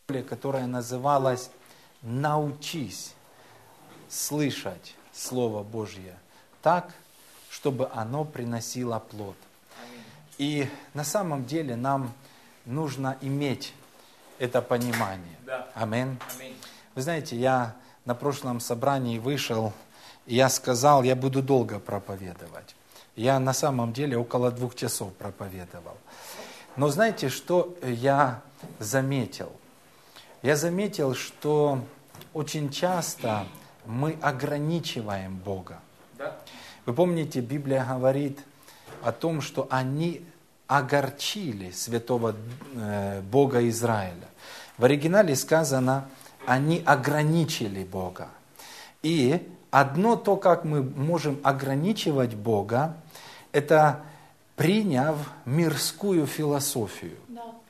которая называлась «Научись слышать Слово Божье так, чтобы оно приносило плод». И на самом деле нам нужно иметь это понимание. Аминь. Вы знаете, я на прошлом собрании вышел, и я сказал, я буду долго проповедовать. Я на самом деле около 2 часов проповедовал. Но знаете, что я заметил? Я заметил, что очень часто мы ограничиваем Бога. Вы помните, Библия говорит о том, что они огорчили святого Бога Израиля. В оригинале сказано, они ограничили Бога. И одно то, как мы можем ограничивать Бога, это приняв мирскую философию,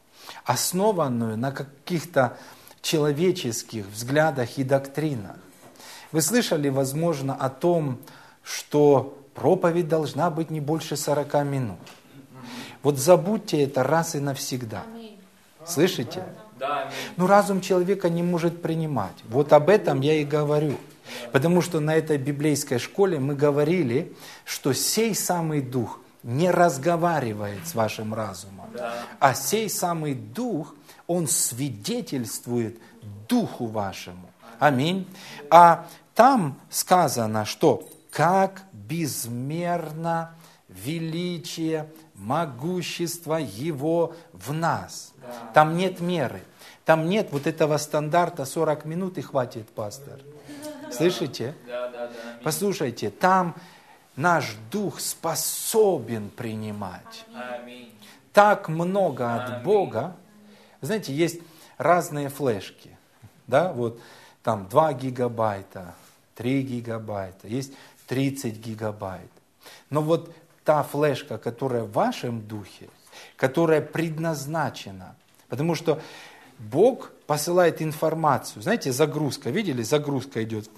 основанную на каких-то человеческих взглядах и доктринах. Вы слышали, возможно, о том, что проповедь должна быть не больше 40 минут. Вот забудьте это раз и навсегда. Слышите? Но разум человека не может принимать. Вот об этом я и говорю. Потому что на этой библейской школе мы говорили, что сей самый Дух не разговаривает с вашим разумом, а сей самый Дух, он свидетельствует Духу вашему. Аминь. А там сказано, что как безмерно величие, могущество Его в нас. Там нет меры. Там нет вот этого стандарта 40 минут и хватит, пастор. Слышите? Послушайте, там наш дух способен принимать. Так много от Бога. Знаете, есть разные флешки. Да, вот там 2 гигабайта, 3 гигабайта, есть 30 гигабайт. Но вот та флешка, которая в вашем духе, которая предназначена, потому что Бог посылает информацию. Знаете, загрузка, видели? Загрузка идет.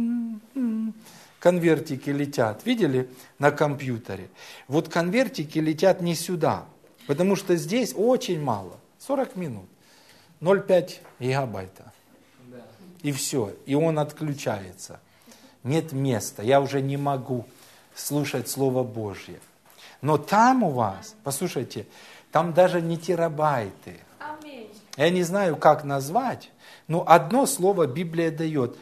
Конвертики летят. Видели на компьютере? Вот конвертики летят не сюда, потому что здесь очень мало. 40 минут. 0,5 гигабайта. И все. И он отключается. Нет места. Я уже не могу слушать Слово Божье. Но там у вас, послушайте, там даже не терабайты. Я не знаю, как назвать, но одно слово Библия дает.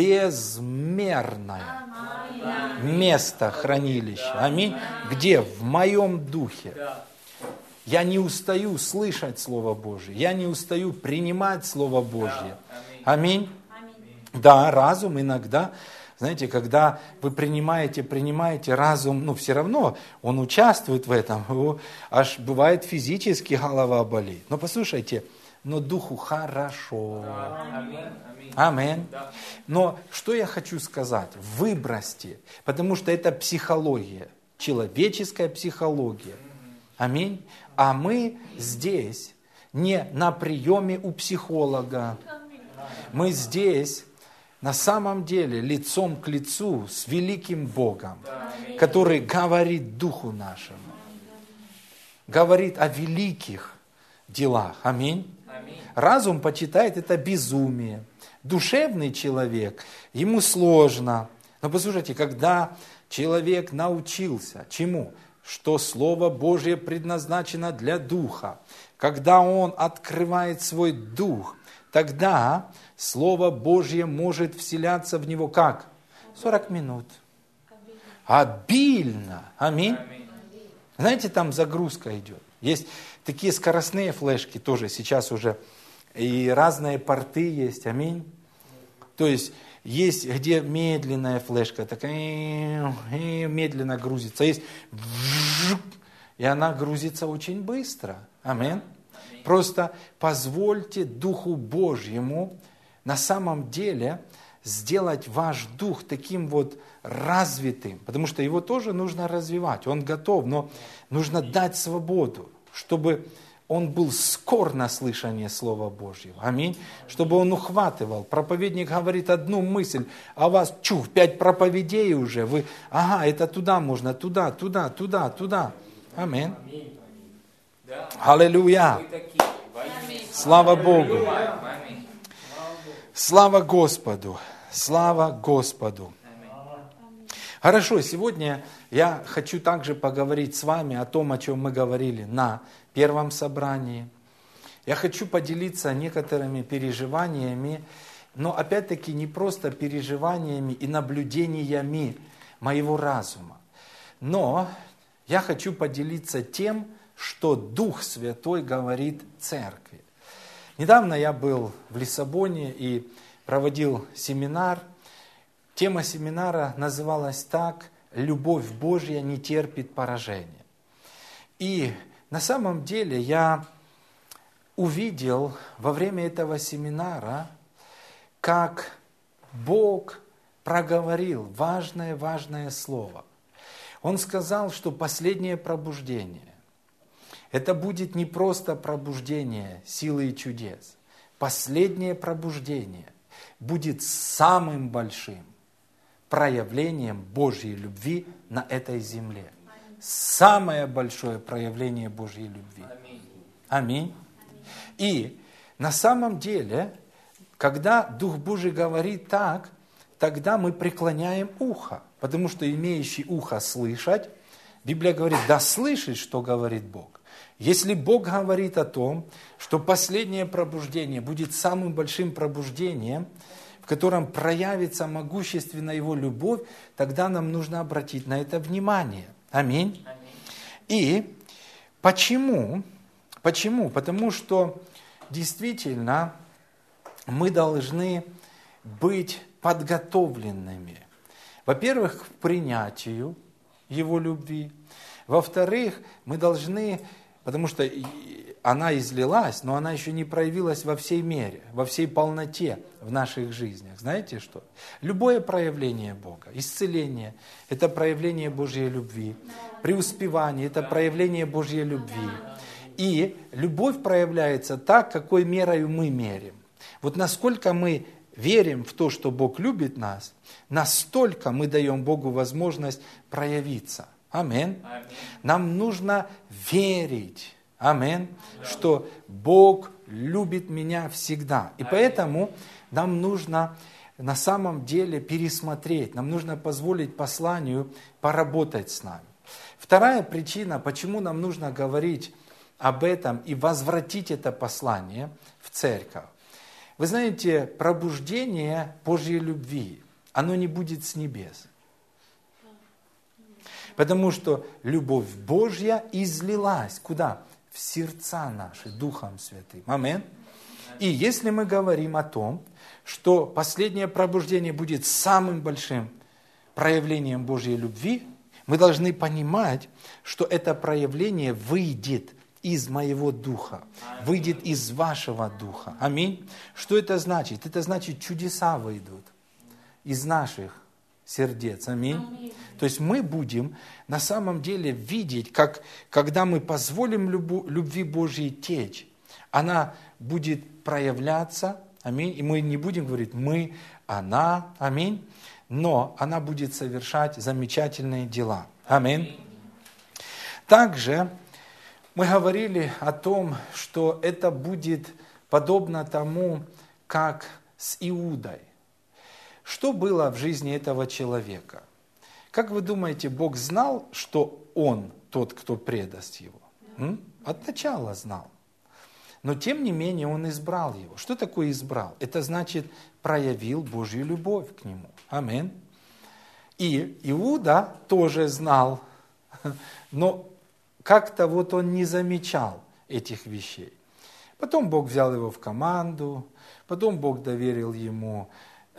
Безмерное место хранилища. Аминь. Где? В моем духе. Я не устаю слышать Слово Божье. Я не устаю принимать Слово Божье. Аминь. Да, разум иногда, знаете, когда вы принимаете разум, все равно он участвует в этом. Аж бывает физически голова болит. Но послушайте, но духу хорошо. Аминь. Но что я хочу сказать? Выбросьте, потому что это психология, человеческая психология. Аминь. А мы здесь не на приеме у психолога. Мы здесь на самом деле лицом к лицу с великим Богом, который говорит духу нашему, говорит о великих делах. Аминь. Разум почитает это безумие. Душевный человек, ему сложно. Но послушайте, когда человек научился чему? Что Слово Божье предназначено для духа. Когда он открывает свой дух, тогда Слово Божье может вселяться в него как? 40 минут. Обильно. Аминь. Знаете, там загрузка идет. Есть такие скоростные флешки тоже сейчас уже. И разные порты есть. Аминь. То есть где медленная флешка, такая медленно грузится. Есть и она грузится очень быстро. Аминь. Просто позвольте Духу Божьему на самом деле сделать ваш дух таким вот развитым, потому что его тоже нужно развивать, он готов, но нужно дать свободу, чтобы он был скор на слышание Слова Божьего. Аминь. Чтобы он ухватывал. Проповедник говорит одну мысль, а у вас 5 проповедей уже, вы, это туда можно, туда. Аминь. Аллилуйя. Слава Богу! Слава Господу! Слава Господу! Хорошо, сегодня я хочу также поговорить с вами о том, о чем мы говорили на первом собрании. Я хочу поделиться некоторыми переживаниями, но опять-таки не просто переживаниями и наблюдениями моего разума. Но я хочу поделиться тем, что Дух Святой говорит Церкви. Недавно я был в Лиссабоне и проводил семинар. Тема семинара называлась так: «Любовь Божья не терпит поражения». И на самом деле я увидел во время этого семинара, как Бог проговорил важное слово. Он сказал, что последнее пробуждение – это будет не просто пробуждение силы и чудес. Последнее пробуждение будет самым большим проявлением Божьей любви на этой земле. Самое большое проявление Божьей любви. Аминь. И на самом деле, когда Дух Божий говорит так, тогда мы преклоняем ухо, потому что имеющий ухо слышать, Библия говорит, да слышит, что говорит Бог. Если Бог говорит о том, что последнее пробуждение будет самым большим пробуждением, в котором проявится могущественно Его любовь, тогда нам нужно обратить на это внимание. Аминь. И почему? Почему? Потому что действительно мы должны быть подготовленными. Во-первых, к принятию Его любви. Во-вторых, мы должны, потому что она излилась, но она еще не проявилась во всей мере, во всей полноте в наших жизнях. Знаете что? Любое проявление Бога, исцеление – это проявление Божьей любви. Преуспевание – это проявление Божьей любви. И любовь проявляется так, какой мерою мы мерим. Вот насколько мы верим в то, что Бог любит нас, настолько мы даем Богу возможность проявиться. Аминь. Нам нужно верить. Аминь. Что Бог любит меня всегда. И поэтому нам нужно на самом деле пересмотреть, нам нужно позволить посланию поработать с нами. Вторая причина, почему нам нужно говорить об этом и возвратить это послание в церковь. Вы знаете, пробуждение Божьей любви, оно не будет с небес. Потому что любовь Божья излилась. Куда? В сердца наши, Духом Святым. Аминь. И если мы говорим о том, что последнее пробуждение будет самым большим проявлением Божьей любви, мы должны понимать, что это проявление выйдет из моего духа, выйдет из вашего духа. Аминь. Что это значит? Это значит, чудеса выйдут из наших сердец. Аминь. То есть мы будем на самом деле видеть, как когда мы позволим любви Божьей течь, она будет проявляться. Аминь. И мы не будем говорить мы, она. Аминь. Но она будет совершать замечательные дела. Аминь. Также мы говорили о том, что это будет подобно тому, как с Иудой. Что было в жизни этого человека? Как вы думаете, Бог знал, что он тот, кто предаст его? От начала знал. Но тем не менее он избрал его. Что такое избрал? Это значит проявил Божью любовь к нему. Аминь. И Иуда тоже знал, но как-то вот он не замечал этих вещей. Потом Бог взял его в команду, потом Бог доверил ему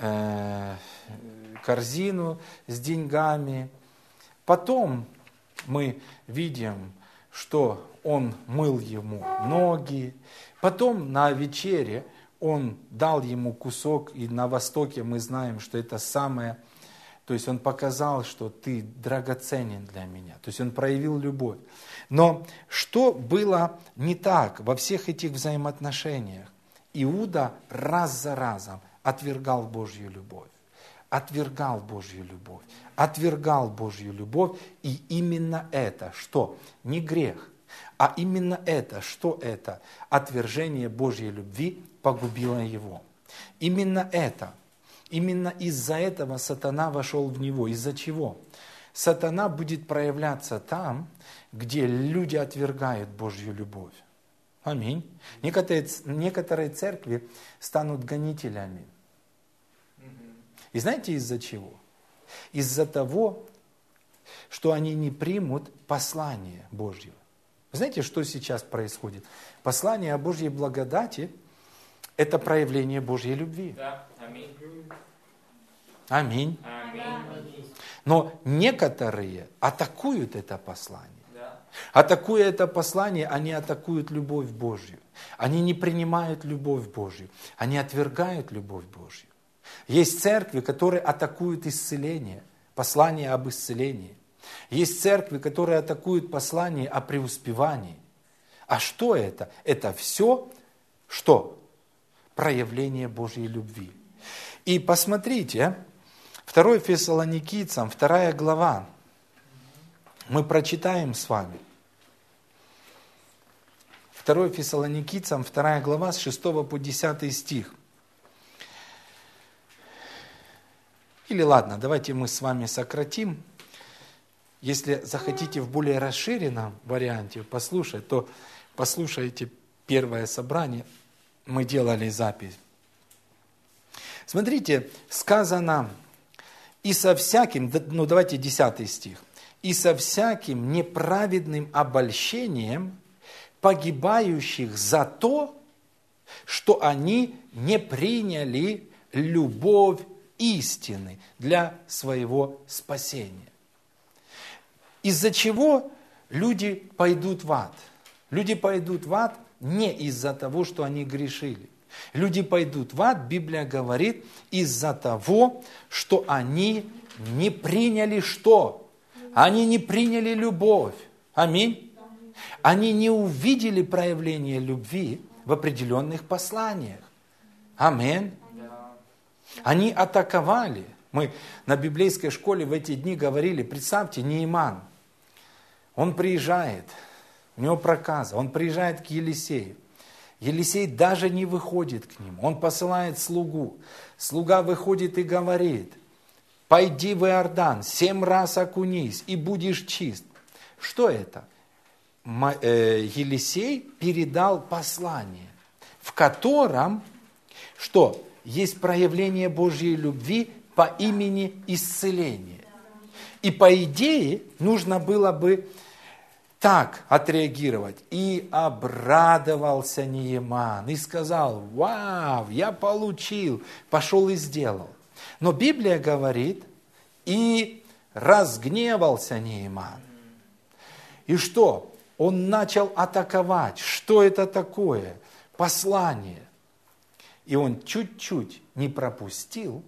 корзину с деньгами. Потом мы видим, что он мыл ему ноги. Потом на вечере он дал ему кусок, и на Востоке мы знаем, что это самое... То есть он показал, что ты драгоценен для меня. То есть он проявил любовь. Но что было не так во всех этих взаимоотношениях? Иуда раз за разом отвергал Божью любовь. Отвергал Божью любовь. Отвергал Божью любовь. И именно это, что? Не грех, А именно это, что это? Отвержение Божьей любви погубило его. Именно это. Именно из-за этого сатана вошел в него. Из-за чего? Сатана будет проявляться там, где люди отвергают Божью любовь. Аминь. Некоторые церкви станут гонителями. И знаете из-за чего? Из-за того, что они не примут послание Божье. Вы знаете, что сейчас происходит? Послание о Божьей благодати – это проявление Божьей любви. Да. Аминь. Аминь. Аминь. Но некоторые атакуют это послание. Да. Атакуя это послание, они атакуют любовь Божью. Они не принимают любовь Божью. Они отвергают любовь Божью. Есть церкви, которые атакуют исцеление, послание об исцелении. Есть церкви, которые атакуют послание о преуспевании. А что это? Это все, что? Проявление Божьей любви. И посмотрите, 2 Фессалоникийцам, 2 глава, мы прочитаем с вами. 2 Фессалоникийцам, 2 глава, с 6 по 10 стих. Или ладно, давайте мы с вами сократим. Если захотите в более расширенном варианте послушать, то послушайте первое собрание. Мы делали запись. Смотрите, сказано, и со всяким, давайте 10 стих, и со всяким неправедным обольщением погибающих за то, что они не приняли любовь истины для своего спасения. Из-за чего люди пойдут в ад? Люди пойдут в ад не из-за того, что они грешили. Люди пойдут в ад, Библия говорит, из-за того, что они не приняли что? Они не приняли любовь. Аминь. Они не увидели проявление любви в определенных посланиях. Аминь. Они атаковали. Мы на библейской школе в эти дни говорили, представьте, Нееман. Он приезжает, у него проказа, он приезжает к Елисею. Елисей даже не выходит к нему, он посылает слугу. Слуга выходит и говорит, пойди в Иордан, 7 раз окунись и будешь чист. Что это? Елисей передал послание, в котором, что? Есть проявление Божьей любви по имени исцеление. И по идее нужно было бы так отреагировать. И обрадовался Нееман, и сказал, вау, я получил, пошел и сделал. Но Библия говорит, и разгневался Нееман. И что? Он начал атаковать. Что это такое? Послание. И он чуть-чуть не пропустил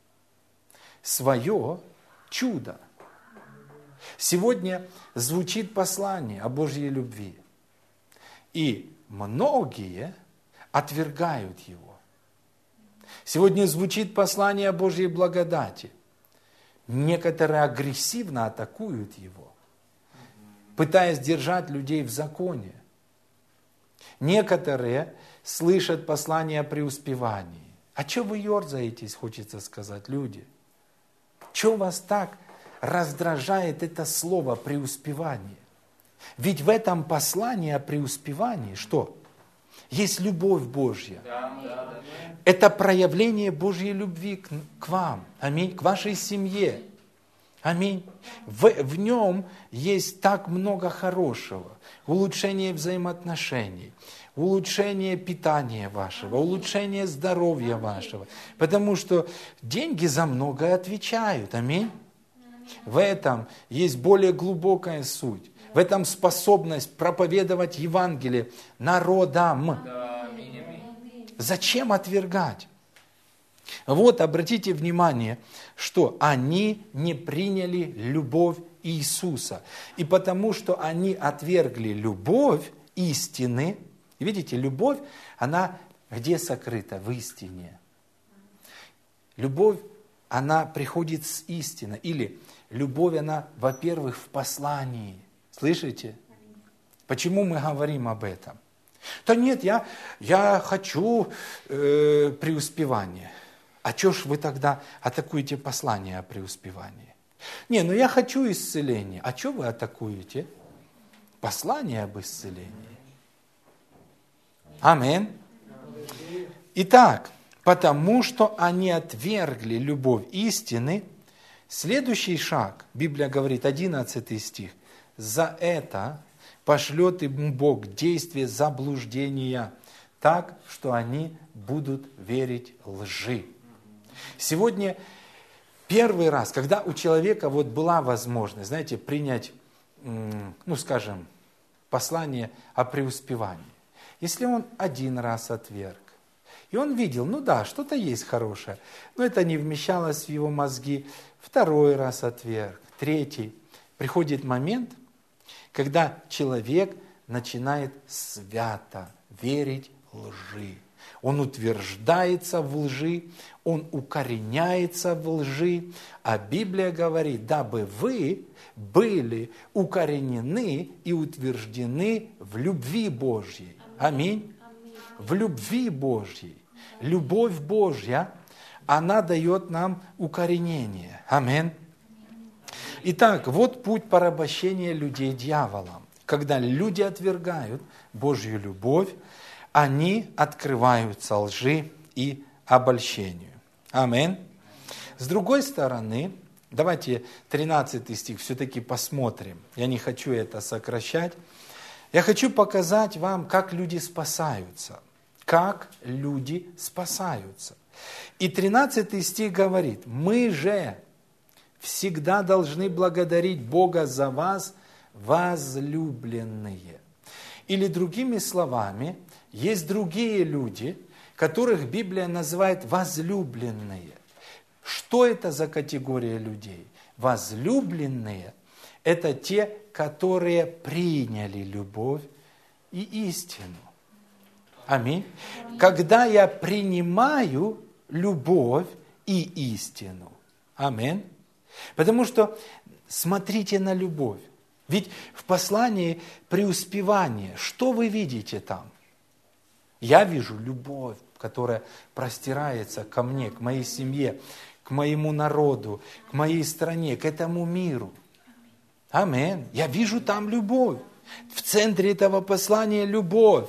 свое чудо. Сегодня звучит послание о Божьей любви. И многие отвергают его. Сегодня звучит послание о Божьей благодати. Некоторые агрессивно атакуют его, пытаясь держать людей в законе. Некоторые слышат послание о преуспевании. А что вы ерзаетесь, хочется сказать, люди? Что вас так раздражает это слово преуспевание? Ведь в этом послании о преуспевании что? Есть любовь Божья. Это проявление Божьей любви к вам. Аминь. К вашей семье. Аминь. В нем есть так много хорошего. Улучшение взаимоотношений, улучшение питания вашего, улучшение здоровья вашего. Потому что деньги за многое отвечают. Аминь. В этом есть более глубокая суть. В этом способность проповедовать Евангелие народам. Зачем отвергать? Вот, обратите внимание, что они не приняли любовь Иисуса. И потому что они отвергли любовь истины, видите, любовь, она где сокрыта? В истине. Любовь, она приходит с истины. Или любовь, она, во-первых, в послании. Слышите? Почему мы говорим об этом? Да нет, я хочу преуспевания. А что ж вы тогда атакуете послание о преуспевании? Не, я хочу исцеления. А что вы атакуете? Послание об исцелении. Аминь. Итак, потому что они отвергли любовь истины, следующий шаг, Библия говорит, 11 стих, за это пошлет им Бог действие заблуждения, так, что они будут верить лжи. Сегодня первый раз, когда у человека была возможность, знаете, принять, скажем, послание о преуспевании, если он один раз отверг, и он видел, что-то есть хорошее, но это не вмещалось в его мозги, второй раз отверг, третий. Приходит момент, когда человек начинает свято верить лжи. Он утверждается в лжи, он укореняется в лжи. А Библия говорит, дабы вы были укоренены и утверждены в любви Божьей. Аминь. В любви Божьей. Любовь Божья, она дает нам укоренение. Аминь. Итак, вот путь порабощения людей дьяволом. Когда люди отвергают Божью любовь, они открываются лжи и обольщению. Аминь. С другой стороны, давайте 13 стих все-таки посмотрим. Я не хочу это сокращать. Я хочу показать вам, как люди спасаются. Как люди спасаются. И 13 стих говорит, мы же всегда должны благодарить Бога за вас, возлюбленные. Или другими словами, есть другие люди, которых Библия называет возлюбленные. Что это за категория людей? Возлюбленные – это те, которые приняли любовь и истину. Аминь. Когда я принимаю любовь и истину. Аминь. Потому что смотрите на любовь. Ведь в послании преуспевания, что вы видите там? Я вижу любовь, которая простирается ко мне, к моей семье, к моему народу, к моей стране, к этому миру. Аминь. Я вижу там любовь. В центре этого послания любовь.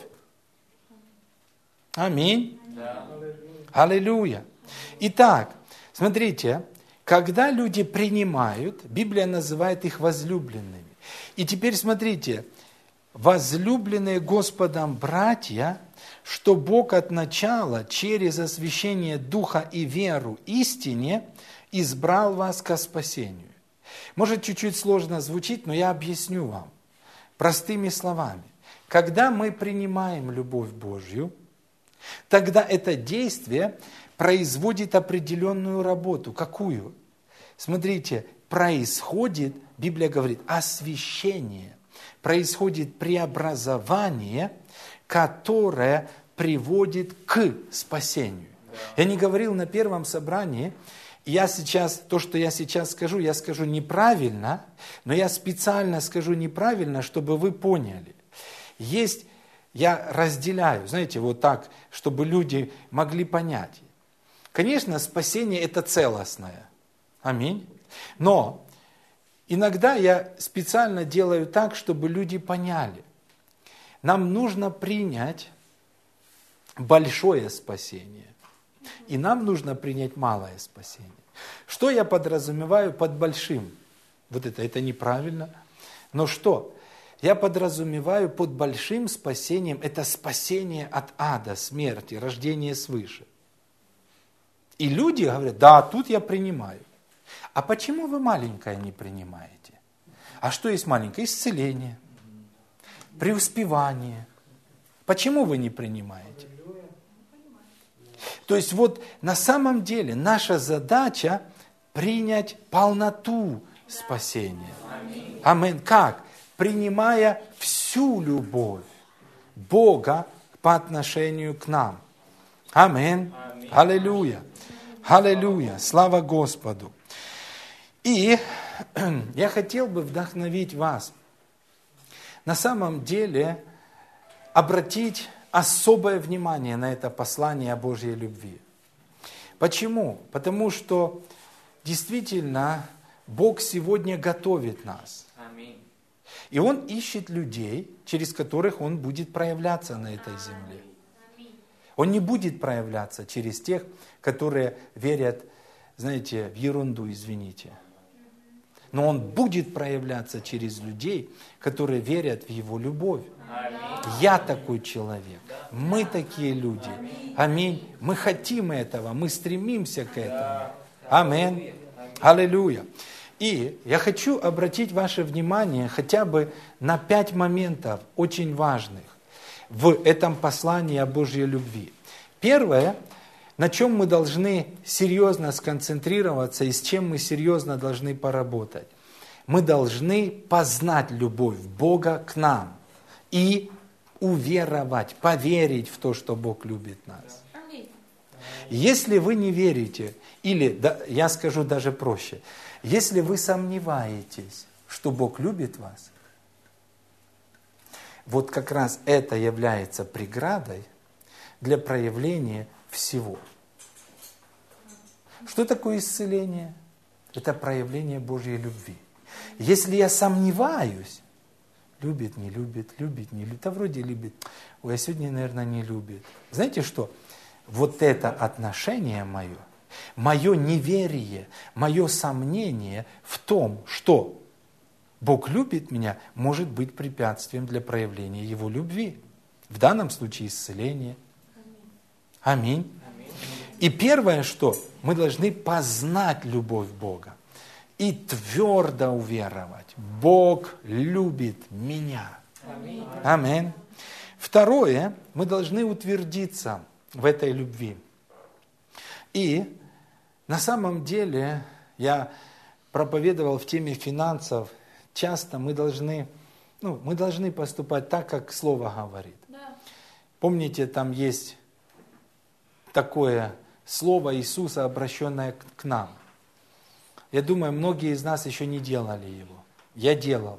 Аминь. Да. Аллилуйя. Итак, смотрите, когда люди принимают, Библия называет их возлюбленными. И теперь смотрите, возлюбленные Господом братья, что Бог от начала через освящение Духа и веру истине избрал вас ко спасению. Может, чуть-чуть сложно звучит, но я объясню вам простыми словами. Когда мы принимаем любовь Божью, тогда это действие производит определенную работу. Какую? Смотрите, происходит, Библия говорит, освящение, происходит преобразование, которое приводит к спасению. Я не говорил на первом собрании, то, что я сейчас скажу, я скажу неправильно, но я специально скажу неправильно, чтобы вы поняли. Я разделяю, знаете, вот так, чтобы люди могли понять. Конечно, спасение – это целостное. Аминь. Но иногда я специально делаю так, чтобы люди поняли. Нам нужно принять большое спасение. И нам нужно принять малое спасение. Что я подразумеваю под большим? Вот это неправильно. Но что? Я подразумеваю под большим спасением, это спасение от ада, смерти, рождение свыше. И люди говорят, да, тут я принимаю. А почему вы маленькое не принимаете? А что есть маленькое? Исцеление, преуспевание. Почему вы не принимаете? То есть вот на самом деле наша задача принять полноту спасения. Аминь. Как? Принимая всю любовь Бога по отношению к нам. Аминь. Аллилуйя. Аллилуйя. Слава Господу. И я хотел бы вдохновить вас на самом деле обратить особое внимание на это послание о Божьей любви. Почему? Потому что действительно Бог сегодня готовит нас. И Он ищет людей, через которых Он будет проявляться на этой земле. Он не будет проявляться через тех, которые верят, знаете, в ерунду, извините. Но Он будет проявляться через людей, которые верят в Его любовь. Я такой человек. Мы такие люди. Аминь. Мы хотим этого, мы стремимся к этому. Аминь. Аллилуйя. И я хочу обратить ваше внимание хотя бы на 5 моментов, очень важных, в этом послании о Божьей любви. Первое, на чем мы должны серьезно сконцентрироваться и с чем мы серьезно должны поработать. Мы должны познать любовь Бога к нам и уверовать, поверить в то, что Бог любит нас. Если вы не верите, или, я скажу даже проще, если вы сомневаетесь, что Бог любит вас, вот как раз это является преградой для проявления всего. Что такое исцеление? Это проявление Божьей любви. Если я сомневаюсь, любит, не любит, да вроде любит, ой, а сегодня, наверное, не любит. Знаете что? Вот это отношение мое неверие, мое сомнение в том, что Бог любит меня, может быть препятствием для проявления Его любви. В данном случае исцеление. Аминь. И первое, что мы должны познать любовь Бога и твердо уверовать. Бог любит меня. Аминь. Второе, мы должны утвердиться в этой любви. И на самом деле, я проповедовал в теме финансов, часто мы должны поступать так, как Слово говорит. Да. Помните, там есть такое слово Иисуса, обращенное к нам. Я думаю, многие из нас еще не делали его. Я делал.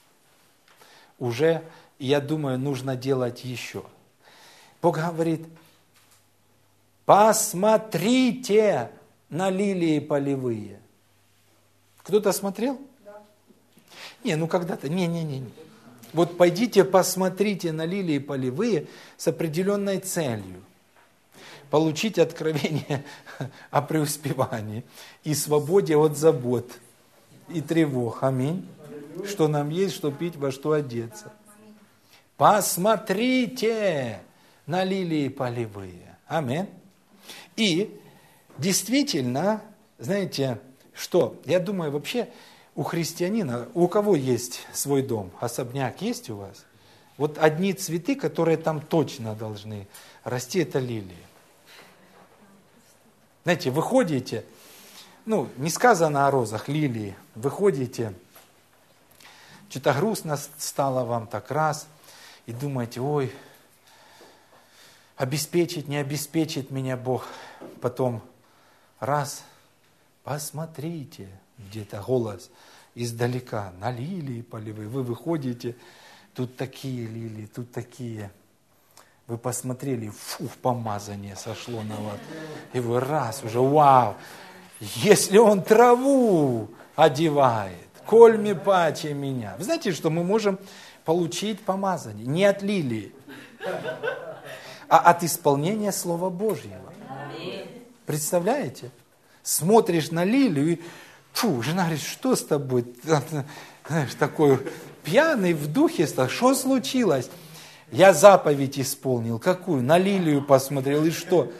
Уже, и я думаю, нужно делать еще. Бог говорит: посмотрите на лилии полевые. Кто-то смотрел? Да. Когда-то. Не. Вот пойдите, посмотрите на лилии полевые с определенной целью. Получить откровение о преуспевании и свободе от забот и тревог. Аминь. Что нам есть, что пить, во что одеться. Посмотрите на лилии полевые. Аминь. И действительно, знаете, что? Я думаю, вообще у христианина, у кого есть свой дом, особняк есть у вас? Вот одни цветы, которые там точно должны расти, это лилии. Знаете, вы ходите, не сказано о розах, лилии, вы ходите, что-то грустно стало вам так раз, и думаете: ой, обеспечит, не обеспечит меня Бог. Потом раз, посмотрите, где-то голос издалека, на лилии полевые. Вы выходите, тут такие лилии, тут такие. Вы посмотрели, помазание сошло на вас. И вы раз уже, вау, если он траву одевает, кольми паче меня. Вы знаете, что мы можем получить помазание не от лилии, а от исполнения Слова Божьего. Представляете? Смотришь на лилию и, жена говорит: что с тобой? Знаешь, такой пьяный в духе стал. Что случилось? Я заповедь исполнил. Какую? На лилию посмотрел. И что?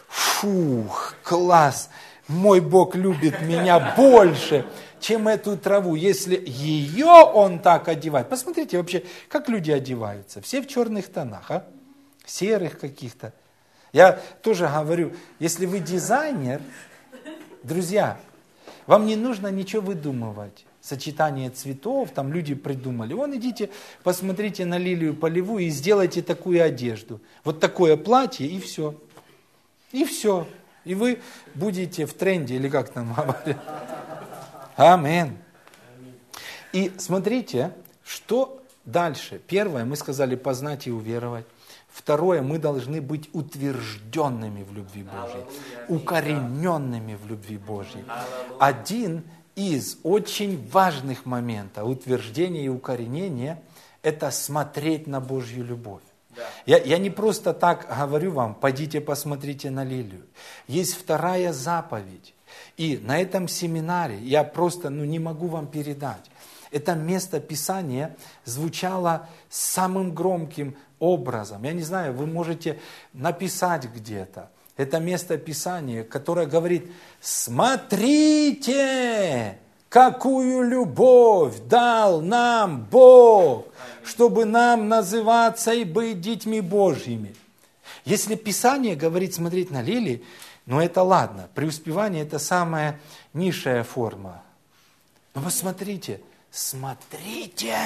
Класс! Мой Бог любит меня больше, чем эту траву. Если ее Он так одевает. Посмотрите вообще, как люди одеваются. Все в черных тонах, серых каких-то. Я тоже говорю, если вы дизайнер, друзья, вам не нужно ничего выдумывать. Сочетание цветов, там люди придумали. Вон идите, посмотрите на лилию полевую и сделайте такую одежду. Вот такое платье и все. И все. И вы будете в тренде, или как там говорят. Аминь. И смотрите, что Дальше. Первое, мы сказали познать и уверовать. Второе, мы должны быть утвержденными в любви Божьей, укорененными в любви Божьей. Один из очень важных моментов утверждения и укоренения – это смотреть на Божью любовь. Я не просто так говорю вам, пойдите посмотрите на лилию. Есть вторая заповедь. И на этом семинаре я просто не могу вам передать. Это место Писания звучало самым громким образом. Я не знаю, вы можете написать где-то. Это место Писания, которое говорит: смотрите, какую любовь дал нам Бог, чтобы нам называться и быть детьми Божьими. Если Писание говорит смотреть на лилии, это ладно, преуспевание это самая низшая форма. Но посмотрите, смотрите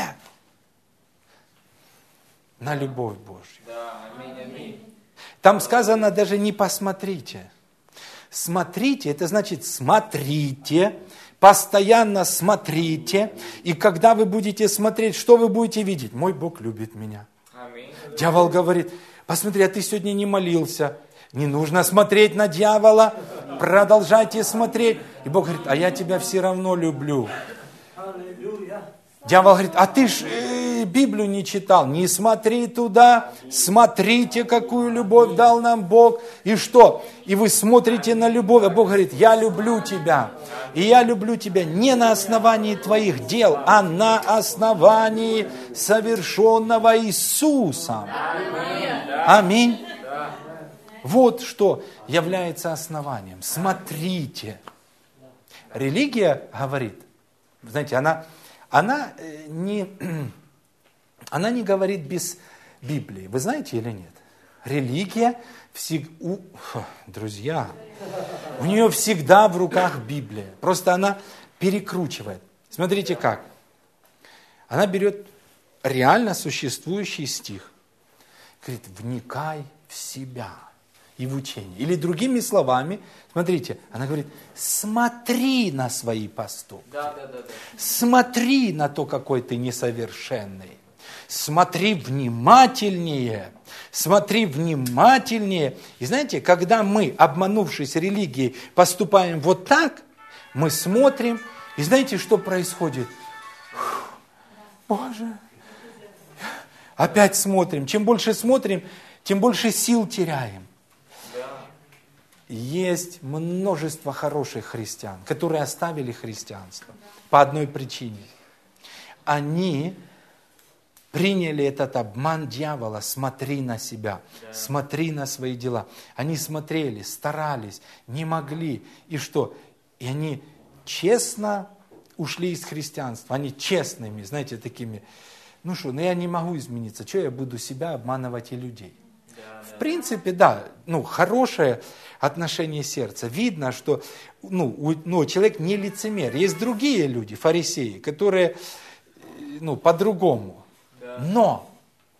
на любовь Божью. Там сказано даже не посмотрите. Смотрите, это значит смотрите, постоянно смотрите. И когда вы будете смотреть, что вы будете видеть? Мой Бог любит меня. Дьявол говорит: посмотри, а ты сегодня не молился. Не нужно смотреть на дьявола, продолжайте смотреть. И Бог говорит: а я тебя все равно люблю. Дьявол говорит: а ты ж Библию не читал. Не смотри туда, смотрите, какую любовь дал нам Бог. И что? И вы смотрите на любовь, а Бог говорит: я люблю тебя. И я люблю тебя не на основании твоих дел, а на основании совершенного Иисусом. Аминь. Вот что является основанием. Смотрите. Религия говорит, знаете, она не говорит без Библии. Вы знаете или нет? Религия друзья, у нее всегда в руках Библия. Просто она перекручивает. Смотрите как. Она берет реально существующий стих. Говорит: вникай в себя и в учение. Или другими словами, смотрите, она говорит: смотри на свои поступки. Смотри на то, какой ты несовершенный. Смотри внимательнее. Смотри внимательнее. И знаете, когда мы, обманувшись религией, поступаем вот так, мы смотрим, и знаете, что происходит? Боже, опять смотрим. Чем больше смотрим, тем больше сил теряем. Есть множество хороших христиан, которые оставили христианство по одной причине. Они приняли этот обман дьявола: смотри на себя, смотри на свои дела. Они смотрели, старались, не могли. И что? И они честно ушли из христианства. Они честными, знаете, такими: я не могу измениться, что я буду себя обманывать и людей. В принципе, да, хорошее отношение сердца. Видно, что человек не лицемер. Есть другие люди, фарисеи, которые по-другому. Но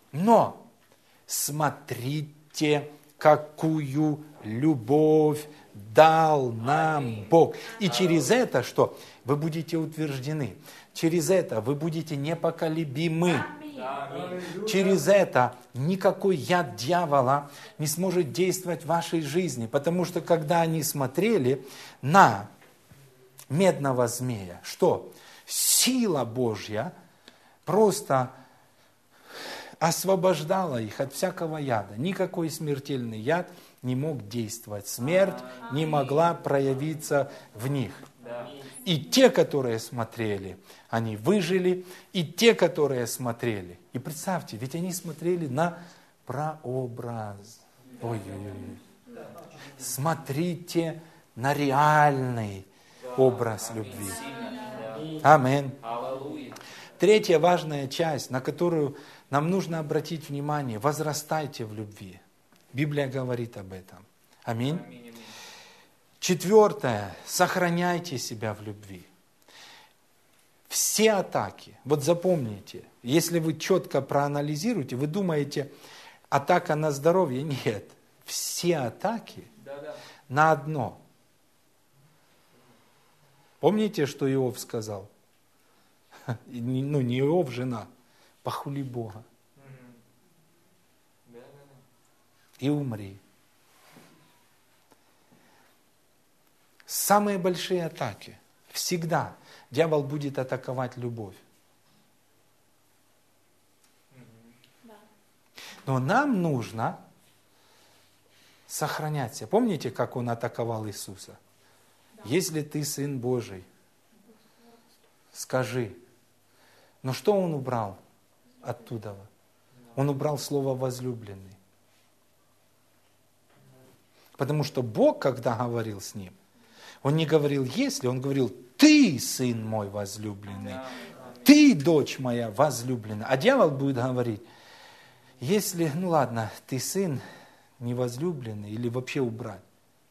смотрите, какую любовь дал нам Бог. И через это что? Вы будете утверждены. Через это вы будете непоколебимы. Через это никакой яд дьявола не сможет действовать в вашей жизни. Потому что когда они смотрели на медного змея, что? Сила Божья просто освобождала их от всякого яда. Никакой смертельный яд не мог действовать. Смерть не могла проявиться в них. И те, которые смотрели, они выжили. И те, которые смотрели. И представьте, ведь они смотрели на прообраз. Ой-ой-ой. Смотрите на реальный образ любви. Аминь. Третья важная часть, на которую нам нужно обратить внимание: возрастайте в любви. Библия говорит об этом. Аминь. Четвертое. Сохраняйте себя в любви. Все атаки, вот запомните, если вы четко проанализируете, вы думаете, атака на здоровье? Нет. Все атаки на одно. Помните, что Иов сказал? Не Иов, жена. похули Бога и умри. Самые большие атаки. Всегда дьявол будет атаковать любовь. Но нам нужно сохранять себя. Помните, как он атаковал Иисуса? Если ты Сын Божий, скажи. Но что он убрал оттуда? Он убрал слово «возлюбленный». Потому что Бог, когда говорил с ним, он не говорил «если», он говорил «ты, Сын мой возлюбленный, ты, дочь моя возлюбленная». А дьявол будет говорить, если, ну ладно, ты сын невозлюбленный, или вообще убрать.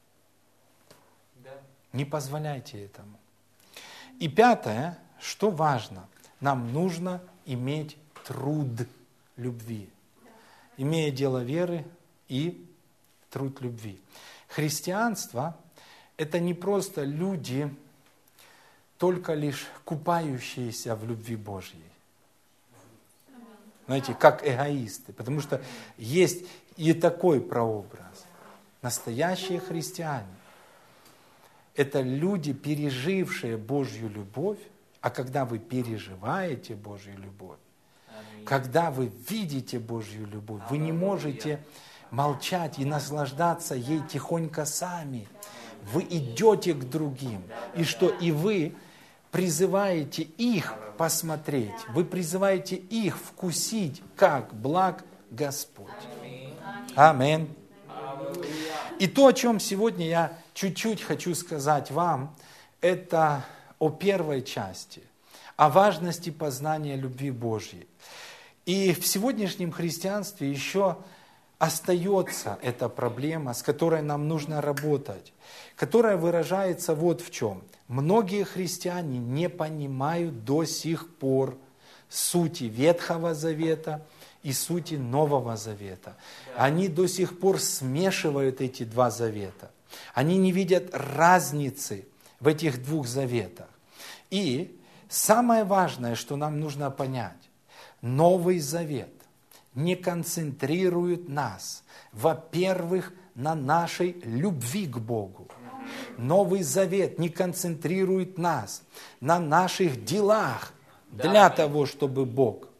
Не позволяйте этому. И пятое, что важно, нам нужно иметь труд любви. Имея дело веры и труд любви. Христианство – это не просто люди, только лишь купающиеся в любви Божьей. Знаете, как эгоисты. Потому что есть и такой прообраз. Настоящие христиане – это люди, пережившие Божью любовь. А когда вы переживаете Божью любовь, когда вы видите Божью любовь, вы не можете молчать и наслаждаться ей тихонько сами. Вы идете к другим. И что и вы призываете их посмотреть, вы призываете их вкусить, как благ Господь. Аминь. И то, о чем сегодня я чуть-чуть хочу сказать вам, это о первой части, о важности познания любви Божьей. И в сегодняшнем христианстве еще остается эта проблема, с которой нам нужно работать, которая выражается вот в чем. Многие христиане не понимают до сих пор сути Ветхого Завета и сути Нового Завета. Они до сих пор смешивают эти два завета. Они не видят разницы в этих двух заветах. И самое важное, что нам нужно понять, Новый Завет не концентрирует нас, во-первых, на нашей любви к Богу. Новый Завет не концентрирует нас на наших делах для того, чтобы Бог.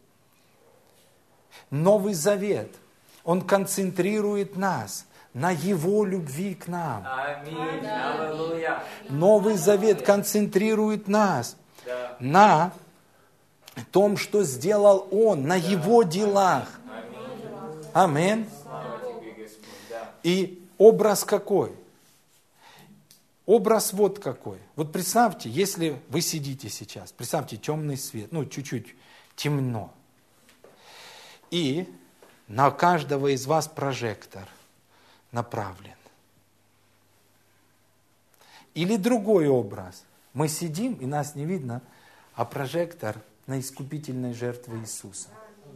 Новый Завет, он концентрирует нас на Его любви к нам. Новый Завет концентрирует нас на том, что сделал Он, на Его делах. Аминь. И образ какой? Образ вот какой. Вот представьте, если вы сидите сейчас, представьте темный свет, ну чуть-чуть темно. И на каждого из вас прожектор направлен. Или другой образ. Мы сидим, и нас не видно, а прожектор на искупительной жертве Иисуса.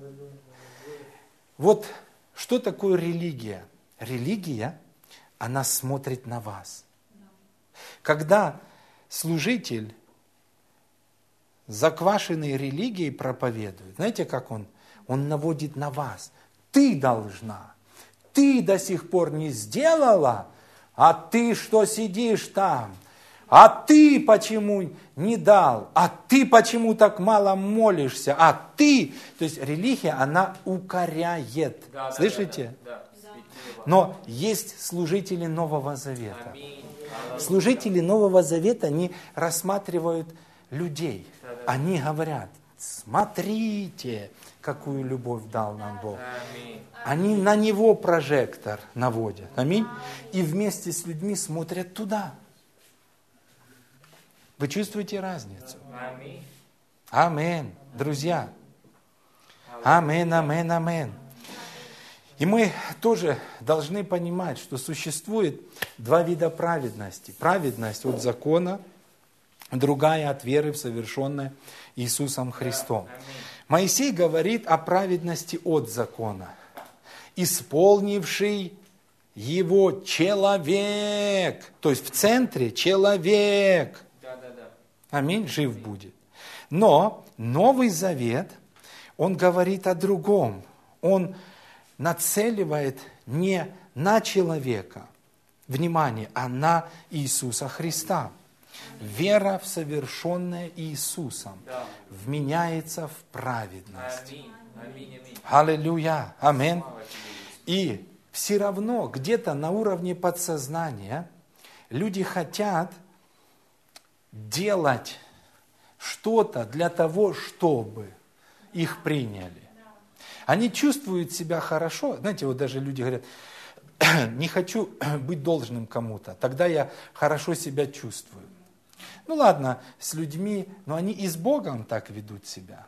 Вот что такое религия? Религия, она смотрит на вас. Когда служитель заквашенной религией проповедует, знаете, как он наводит на вас. Ты должна, ты до сих пор не сделала, а ты что сидишь там? А ты почему не дал? А ты почему так мало молишься? А ты... То есть религия, она укоряет. Слышите? Да. Но есть служители Нового Завета. Служители Нового Завета, они рассматривают людей. Они говорят, смотрите, какую любовь дал нам Бог. Они на Него прожектор наводят. Аминь. И вместе с людьми смотрят туда. Вы чувствуете разницу? Аминь. Друзья. Аминь, аминь, аминь. И мы тоже должны понимать, что существует два вида праведности. Праведность от закона, другая от веры в совершенное Иисусом Христом. Моисей говорит о праведности от закона. Исполнивший его человек. То есть в центре человек. Аминь, жив будет. Но Новый Завет, он говорит о другом. Он нацеливает не на человека, внимание, а на Иисуса Христа. Вера в совершенное Иисусом вменяется в праведность. Аллилуйя. Аминь. И все равно где-то на уровне подсознания люди хотят делать что-то для того, чтобы их приняли. Они чувствуют себя хорошо. Знаете, вот даже люди говорят, не хочу быть должным кому-то, тогда я хорошо себя чувствую. Ну ладно, с людьми, но они и с Богом так ведут себя.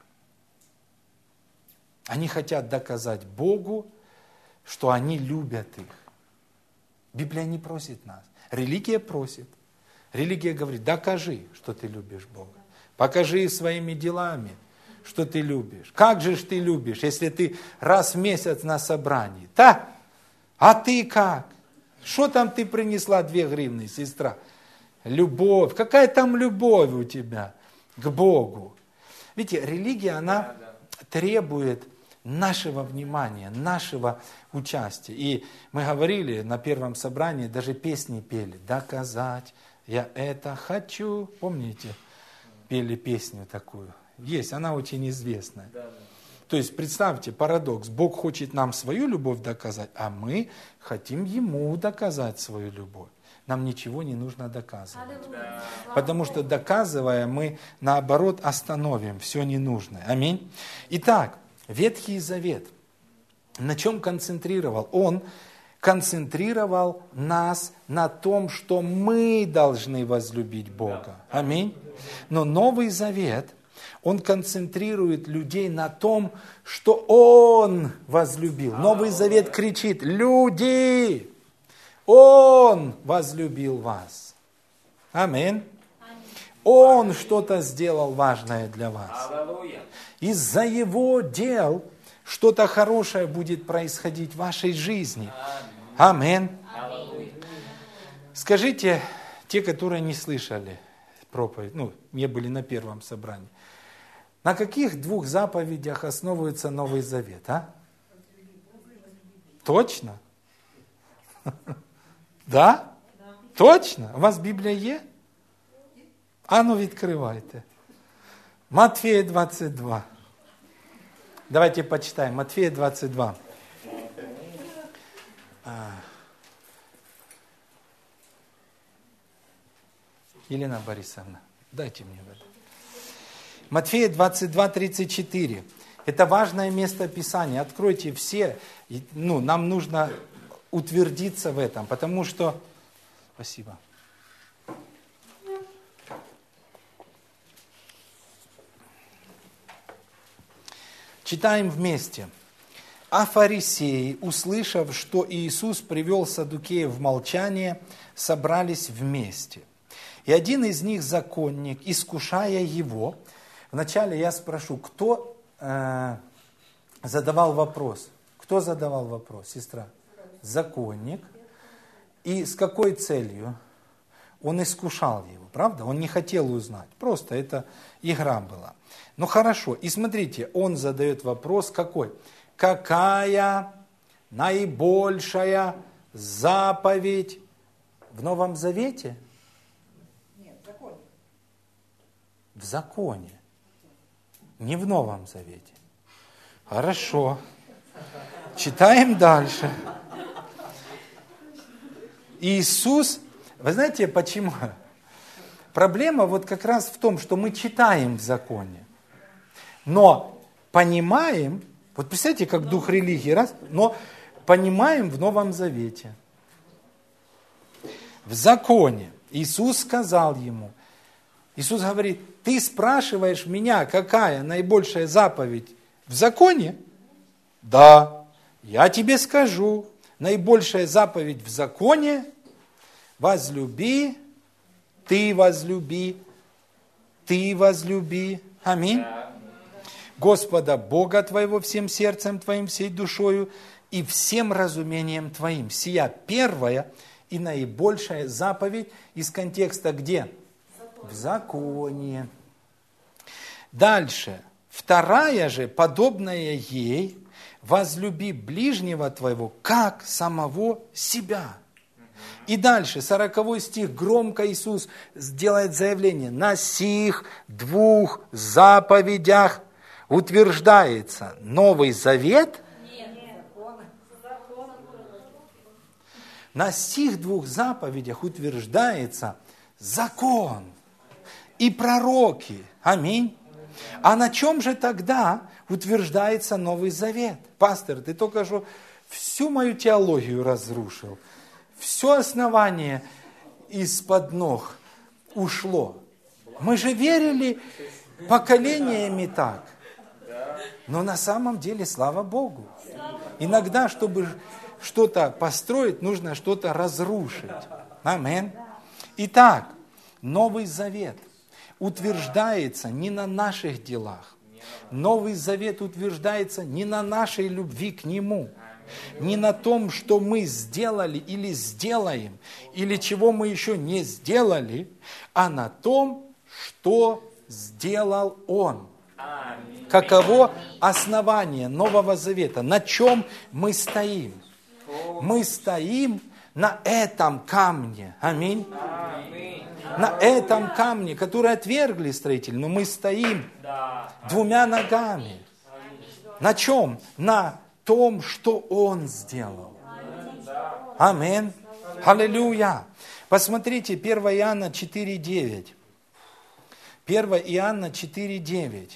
Они хотят доказать Богу, что они любят их. Библия не просит нас. Религия просит. Религия говорит, докажи, что ты любишь Бога. Покажи своими делами, что ты любишь. Как же ж ты любишь, если ты раз в месяц на собрании? Да? А ты как? Что там ты принесла 2 гривны, сестра? Любовь. Какая там любовь у тебя к Богу? Видите, религия, она требует нашего внимания, нашего участия. И мы говорили на первом собрании, даже песни пели. Доказать, я это хочу. Помните, пели песню такую? Есть, она очень известная. То есть, представьте, парадокс. Бог хочет нам свою любовь доказать, а мы хотим Ему доказать свою любовь. Нам ничего не нужно доказывать. Потому что, доказывая, мы, наоборот, остановим все ненужное. Аминь. Итак, Ветхий Завет на чем концентрировал? Он концентрировал нас на том, что мы должны возлюбить Бога. Аминь. Но Новый Завет, он концентрирует людей на том, что Он возлюбил. Новый Завет кричит: люди! Он возлюбил вас. Аминь. Он что-то сделал важное для вас. Из-за Его дел что-то хорошее будет происходить в вашей жизни. Аминь. Скажите, те, которые не слышали проповедь, не были на первом собрании, на каких 2 заповедях основывается Новый Завет? Точно? Да? Точно? У вас Библия є? Відкривайте. Матфея 22. Давайте почитаем. Матфея 22. Елена Борисовна, дайте мне воду. Матфея 22, 34. Это важное место Писания. Откройте все. Нам нужно утвердиться в этом, потому что... Спасибо. Читаем вместе. А фарисеи, услышав, что Иисус привел саддукеев в молчание, собрались вместе. И один из них, законник, искушая его, вначале я спрошу, кто задавал вопрос? Кто задавал вопрос, сестра? Законник. И с какой целью? Он искушал его, правда? Он не хотел узнать. Просто это игра была. Ну хорошо. И смотрите, он задает вопрос какой? Какая наибольшая заповедь в Новом Завете? Нет, в законе. В законе. Не в Новом Завете. Хорошо. Читаем дальше. Иисус, вы знаете почему? Проблема вот как раз в том, что мы читаем в законе, но понимаем, вот представьте, как дух религии, но понимаем в Новом Завете. В законе Иисус сказал ему, Иисус говорит, ты спрашиваешь меня, какая наибольшая заповедь в законе? Да, я тебе скажу, наибольшая заповедь в законе – возлюби, ты возлюби, ты возлюби. Аминь. Господа Бога твоего всем сердцем твоим, всей душою и всем разумением твоим. Сия первая и наибольшая заповедь из контекста где? В законе. Дальше. Вторая же, подобная ей, возлюби ближнего твоего, как самого себя. И дальше, 40 стих, громко Иисус сделает заявление. На сих 2 заповедях утверждается Новый Завет. На сих 2 заповедях утверждается закон и пророки. Аминь. А на чем же тогда утверждается Новый Завет? Пастор, ты только что всю мою теологию разрушил. Все основание из-под ног ушло. Мы же верили поколениями так. Но на самом деле, слава Богу. Иногда, чтобы что-то построить, нужно что-то разрушить. Аминь. Итак, Новый Завет утверждается не на наших делах. Новый Завет утверждается не на нашей любви к Нему. Не на том, что мы сделали или сделаем, или чего мы еще не сделали, а на том, что сделал Он. Каково основание Нового Завета? На чем мы стоим? Мы стоим на этом камне. Аминь. На этом камне, который отвергли строители, но мы стоим 2 ногами. На чем? На том, что Он сделал. Аминь. Аллилуйя. Посмотрите, 1 Иоанна 4:9. 1 Иоанна 4:9.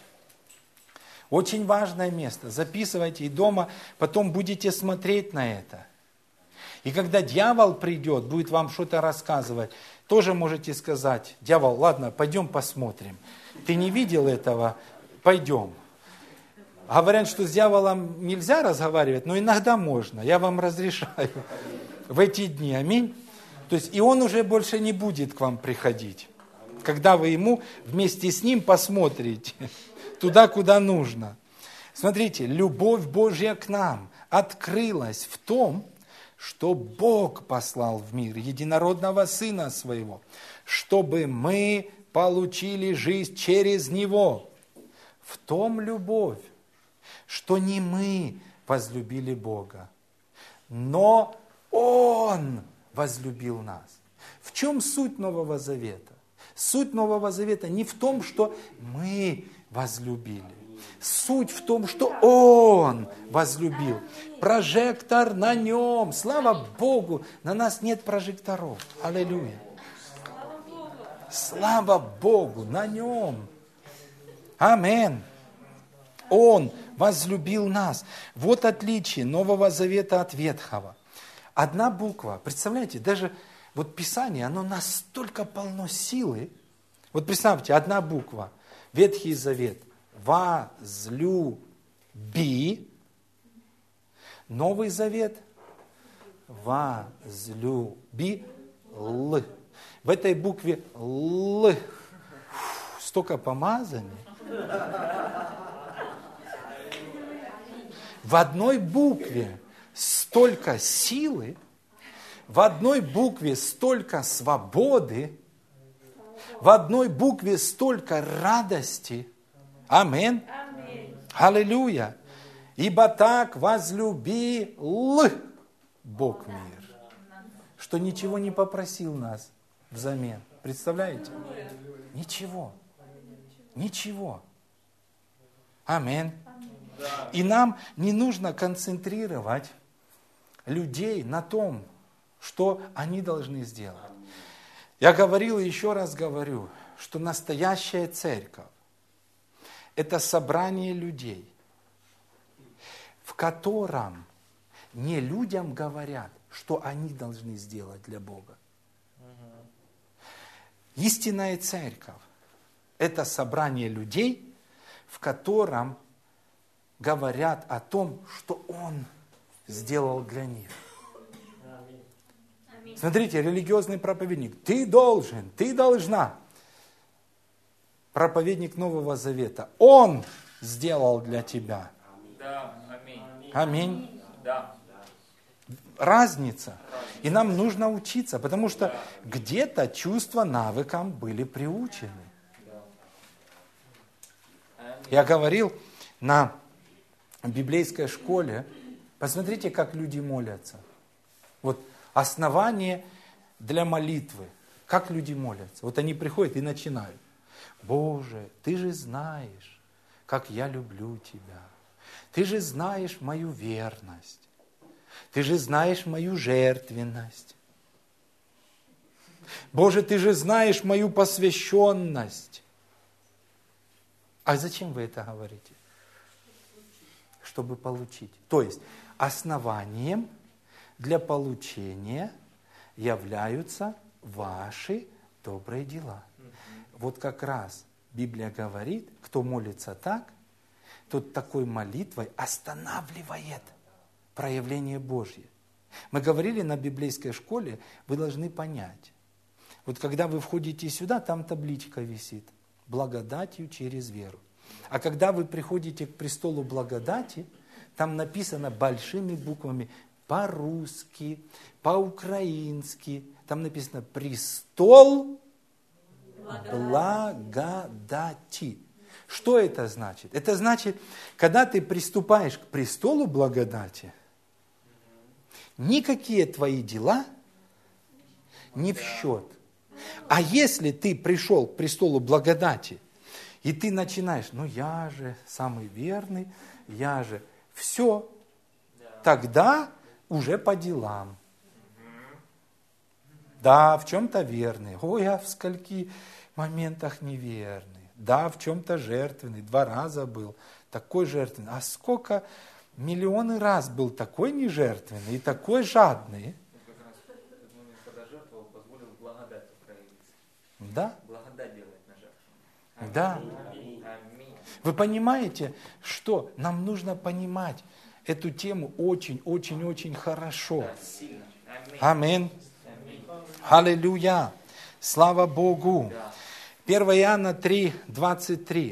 Очень важное место. Записывайте и дома, потом будете смотреть на это. И когда дьявол придет, будет вам что-то рассказывать, тоже можете сказать: дьявол, ладно, пойдем посмотрим. Ты не видел этого? Пойдем. Говорят, что с дьяволом нельзя разговаривать, но иногда можно. Я вам разрешаю в эти дни. Аминь. То есть и он уже больше не будет к вам приходить, когда вы ему вместе с ним посмотрите туда, куда нужно. Смотрите, любовь Божья к нам открылась в том, что Бог послал в мир единородного Сына Своего, чтобы мы получили жизнь через Него. В том любовь, что не мы возлюбили Бога, но Он возлюбил нас. В чем суть Нового Завета? Суть Нового Завета не в том, что мы возлюбили. Суть в том, что Он возлюбил. Прожектор на Нем. Слава Богу, на нас нет прожекторов. Аллилуйя. Слава Богу, на Нем. Аминь. Он возлюбил нас. Вот отличие Нового Завета от Ветхого. Одна буква. Представляете, даже вот Писание, оно настолько полно силы. Вот представьте, одна буква. Ветхий Завет. Возлюби. Новый Завет. Возлюби. Л. В этой букве Л. Столько помазаний. В одной букве столько силы, в одной букве столько свободы, в одной букве столько радости. Аминь. Аллилуйя. Ибо так возлюбил Бог мир, что ничего не попросил нас взамен. Представляете? Ничего. Ничего. Аминь. И нам не нужно концентрировать людей на том, что они должны сделать. Я говорил и еще раз говорю, что настоящая церковь – это собрание людей, в котором не людям говорят, что они должны сделать для Бога. Истинная церковь – это собрание людей, в котором говорят о том, что Он сделал для них. Смотрите, религиозный проповедник. Ты должен, ты должна. Проповедник Нового Завета. Он сделал для тебя. Аминь. Разница. И нам нужно учиться, потому что где-то чувства навыкам были приучены. Я говорил на библейской школе, посмотрите, как люди молятся. Вот основание для молитвы. Как люди молятся. Вот они приходят и начинают. Боже, Ты же знаешь, как я люблю Тебя. Ты же знаешь мою верность. Ты же знаешь мою жертвенность. Боже, Ты же знаешь мою посвященность. А зачем вы это говорите? Чтобы получить. То есть основанием для получения являются ваши добрые дела. Вот как раз Библия говорит, кто молится так, тот такой молитвой останавливает проявление Божье. Мы говорили на библейской школе, вы должны понять. Вот когда вы входите сюда, там табличка висит. Благодатью через веру. А когда вы приходите к престолу благодати, там написано большими буквами по-русски, по-украински. Там написано «Престол благодати». Что это значит? Это значит, когда ты приступаешь к престолу благодати, никакие твои дела не в счет. А если ты пришел к престолу благодати, и ты начинаешь, я же самый верный, я же все, тогда уже по делам. Да, в чем-то верный. Ой, а в скольки моментах неверный. Да, в чем-то жертвенный. 2 раза был такой жертвенный. А сколько миллионы раз был такой нежертвенный и такой жадный. Как раз в этот момент, когда жертвовал, позволил благодать проявиться. Да? Благодать делает на жертву. Да. Аминь. Вы понимаете, что нам нужно понимать эту тему очень хорошо. Да, сильно. Аминь. Аминь. Аллилуйя. Слава Богу. Да. 1 Иоанна 3, 23.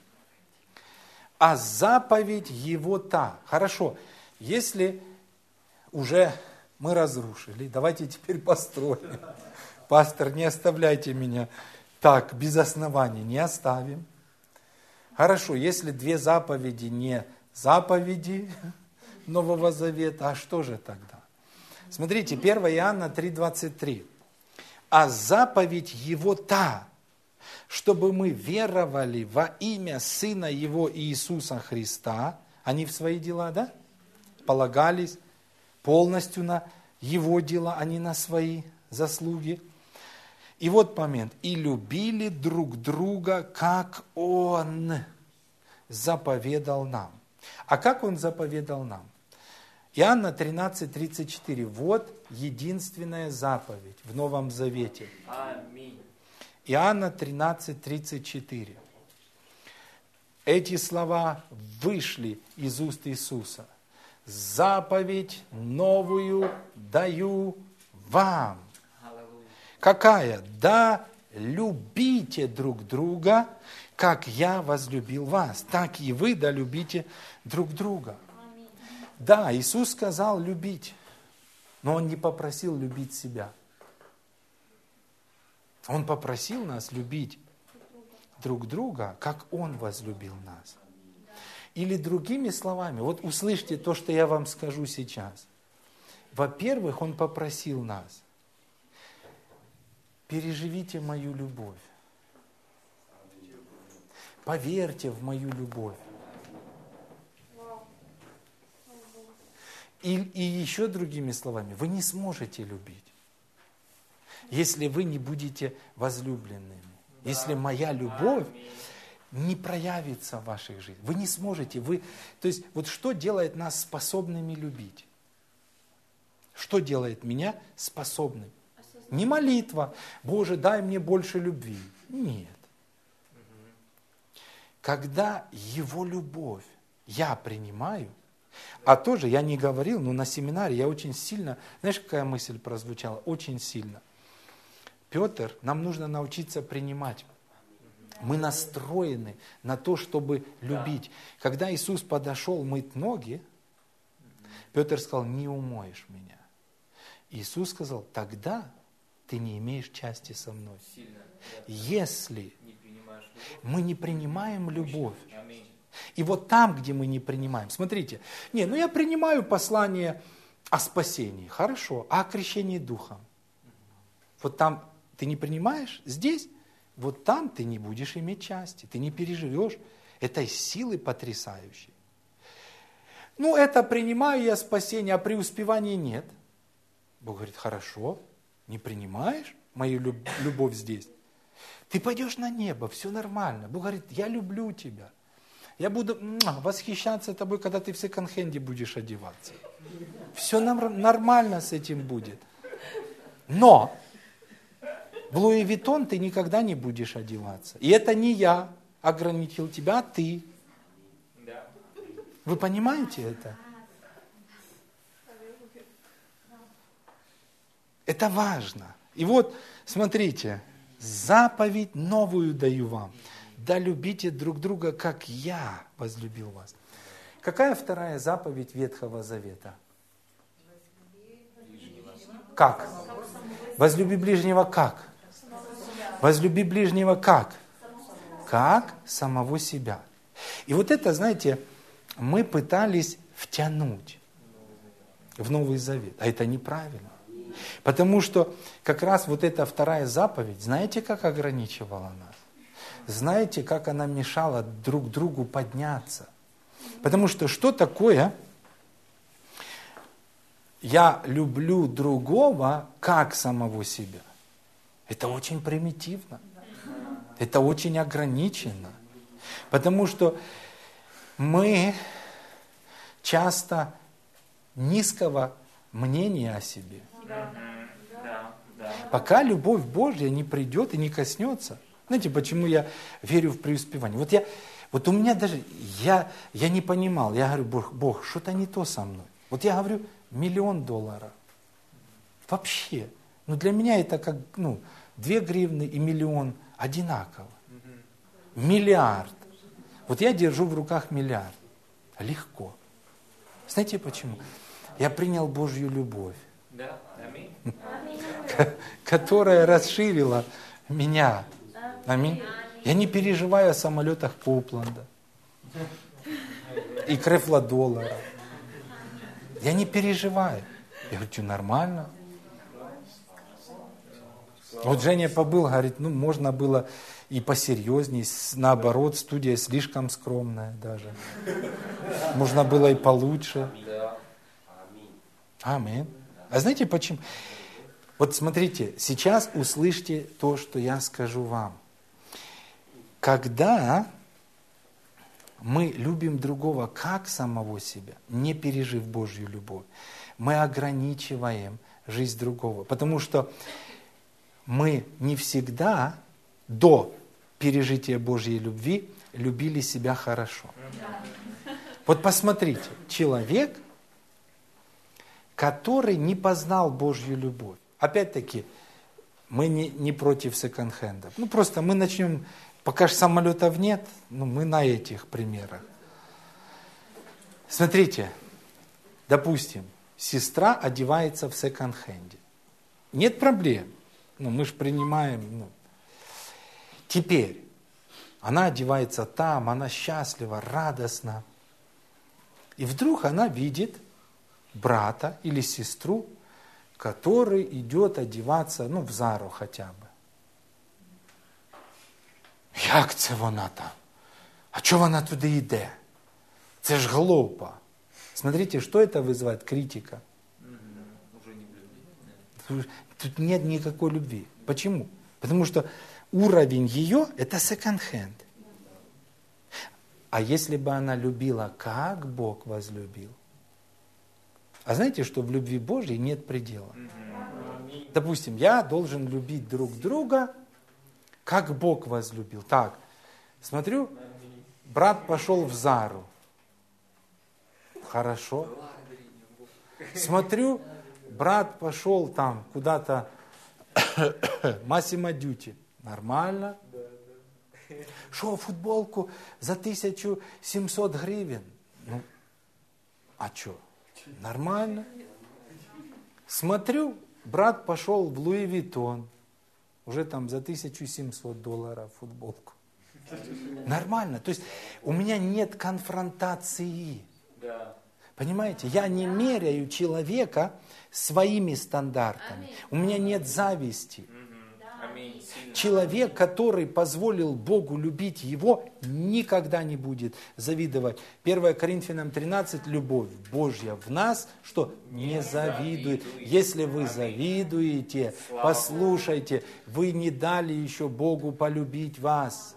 А заповедь его та. Хорошо, если уже мы разрушили, давайте теперь построим. Пастор, не оставляйте меня так, без оснований, не оставим. Хорошо, если 2 заповеди не заповеди Нового Завета, а что же тогда? Смотрите, 1 Иоанна 3, 23. А заповедь его та, чтобы мы веровали во имя Сына Его Иисуса Христа, они в свои дела, да? Полагались полностью на Его дела, а не на свои заслуги. И вот момент. И любили друг друга, как Он заповедал нам. А как Он заповедал нам? Иоанна 13, 34. Вот единственная заповедь в Новом Завете. Аминь. Иоанна 13, 34. Эти слова вышли из уст Иисуса. Заповедь новую даю вам. Аллилуйя. Какая? Да любите друг друга, как я возлюбил вас. Так и вы да любите друг друга. Да, Иисус сказал любить, но Он не попросил любить себя. Он попросил нас любить друг друга, как Он возлюбил нас. Или другими словами, вот услышьте то, что я вам скажу сейчас. Во-первых, Он попросил нас, переживите мою любовь. Поверьте в мою любовь. И еще другими словами, вы не сможете любить, если вы не будете возлюбленными. Если моя любовь не проявится в ваших жизнях. Вы не сможете. То есть, вот что делает нас способными любить? Что делает меня способным? Не молитва. Боже, дай мне больше любви. Нет. Когда Его любовь я принимаю, а тоже я не говорил, но на семинаре я очень сильно, знаешь, какая мысль прозвучала? Очень сильно. Петр, нам нужно научиться принимать. Мы настроены на то, чтобы любить. Когда Иисус подошел мыть ноги, Петр сказал, не умоешь меня. Иисус сказал, тогда ты не имеешь части со мной. Сильно. Если Не принимаешь Мы не принимаем любовь. Аминь. И вот там, где мы не принимаем, смотрите, я принимаю послание о спасении, хорошо, а о крещении Духом? Вот там ты не принимаешь, здесь, вот там ты не будешь иметь части, ты не переживешь этой силы потрясающей. Это принимаю я спасение, а преуспевания нет. Бог говорит, хорошо, не принимаешь мою любовь здесь? Ты пойдешь на небо, все нормально. Бог говорит, я люблю тебя. Я буду восхищаться тобой, когда ты в секонд-хенде будешь одеваться. Все нормально с этим будет. Но в Луи Виттон ты никогда не будешь одеваться. И это не я ограничил тебя, а ты. Вы понимаете это? Это важно. И вот, смотрите, заповедь новую даю вам. Да любите друг друга, как я возлюбил вас. Какая вторая заповедь Ветхого Завета? Как? Возлюби ближнего как? Возлюби ближнего как? Как самого себя. И вот это, знаете, мы пытались втянуть в Новый Завет. А это неправильно. Потому что как раз вот эта вторая заповедь, знаете, как ограничивала нас? Знаете, как она мешала друг другу подняться? Потому что такое «я люблю другого, как самого себя»? Это очень примитивно. Это очень ограничено. Потому что мы часто низкого мнения о себе. Пока любовь Божья не придет и не коснется. Знаете, почему я верю в преуспевание? Вот у меня даже, я не понимал, я говорю, Бог, что-то не то со мной. Вот я говорю, $1 миллион. Вообще. Для меня это как, 2 гривны и миллион одинаково. Миллиард. Вот я держу в руках миллиард. Легко. Знаете почему? Я принял Божью любовь, которая расширила меня. Аминь. Я не переживаю о самолетах Копланда и Крефла-доллара. Я не переживаю. Я говорю, что нормально. Вот Женя побыл, говорит, можно было и посерьезней, наоборот, студия слишком скромная даже. Можно было и получше. Аминь. А знаете почему? Вот смотрите, сейчас услышьте то, что я скажу вам. Когда мы любим другого как самого себя, не пережив Божью любовь, мы ограничиваем жизнь другого. Потому что мы не всегда до пережития Божьей любви любили себя хорошо. Вот посмотрите, человек, который не познал Божью любовь. Опять-таки, мы не против секонд-хендов. Просто мы начнем, пока же самолетов нет, мы на этих примерах. Смотрите, допустим, сестра одевается в секонд-хенде. Нет проблем. Мы же принимаем. Теперь, она одевается там, она счастлива, радостна. И вдруг она видит брата или сестру, который идет одеваться, в Зару хотя бы. Як це вона там? А чого вона туди йде? Це ж глупо. Смотрите, что это вызывает? Критика. Уже не влюблен. Тут нет никакой любви. Почему? Потому что уровень ее – это секонд-хенд. А если бы она любила, как Бог возлюбил? А знаете, что в любви Божьей нет предела? Допустим, я должен любить друг друга, как Бог возлюбил. Так, смотрю, брат пошел в Зару. Хорошо. Смотрю, брат пошел там куда-то Massimo Dutti. Нормально. Что, футболку за 1700 гривен? А что? Нормально. Смотрю, брат пошел в Луи Виттон. Уже там за $1700 футболку. Нормально. То есть у меня нет конфронтации. Да. Понимаете? Я не меряю человека своими стандартами. У меня нет зависти. Аминь. Сильно. Человек, который позволил Богу любить его, никогда не будет завидовать. 1 Коринфянам 13, любовь Божья в нас, что не завидует. Если вы завидуете, послушайте, вы не дали еще Богу полюбить вас.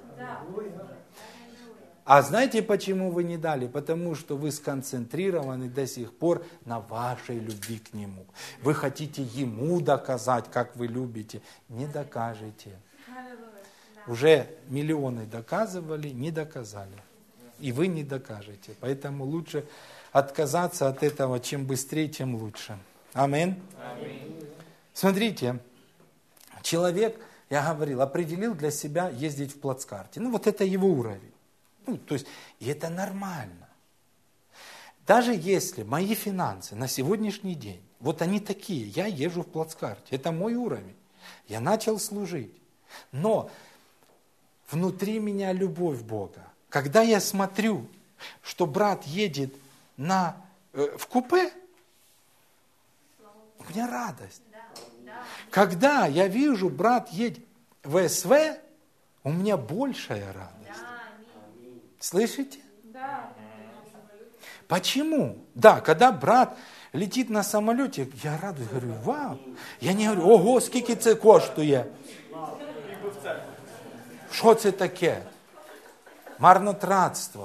А знаете, почему вы не дали? Потому что вы сконцентрированы до сих пор на вашей любви к Нему. Вы хотите Ему доказать, как вы любите. Не докажете. Уже миллионы доказывали, не доказали. И вы не докажете. Поэтому лучше отказаться от этого, чем быстрее, тем лучше. Аминь. Смотрите, человек, я говорил, определил для себя ездить в плацкарте. Ну вот это его уровень. Ну, то есть, и это нормально. Даже если мои финансы на сегодняшний день, вот они такие, я езжу в плацкарте, это мой уровень. Я начал служить. Но внутри меня любовь Бога. Когда я смотрю, что брат едет в купе, у меня радость. Когда я вижу, брат едет в СВ, у меня большая радость. Слышите? Да. Почему? Да, когда брат летит на самолете, я радуюсь, говорю, вау. Я не говорю, ого, скільки це коштує. Що це таке? Марнотратство.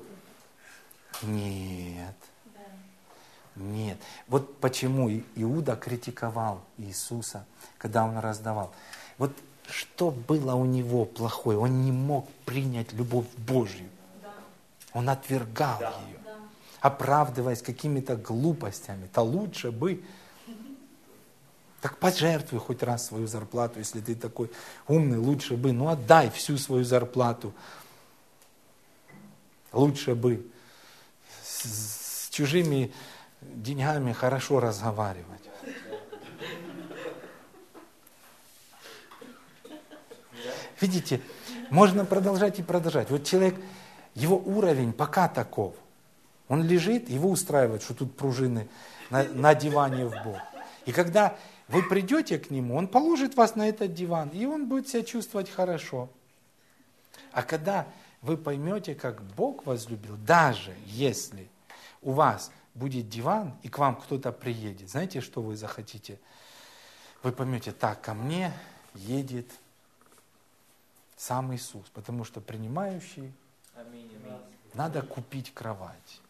Нет. Нет. Вот почему Иуда критиковал Иисуса, когда он раздавал. Вот что было у него плохое? Он не мог принять любовь Божью. Он отвергал ее, оправдываясь какими-то глупостями. То лучше бы. Так пожертвуй хоть раз свою зарплату, если ты такой умный, лучше бы. Ну отдай всю свою зарплату. Лучше бы. С чужими деньгами хорошо разговаривать. Видите, можно продолжать и продолжать. Вот человек, его уровень пока таков. Он лежит, его устраивает, что тут пружины на диване в бок. И когда вы придете к нему, он положит вас на этот диван, и он будет себя чувствовать хорошо. А когда вы поймете, как Бог возлюбил, даже если у вас будет диван, и к вам кто-то приедет, знаете, что вы захотите? Вы поймете, так, ко мне едет сам Иисус, потому что принимающий надо купить кровать.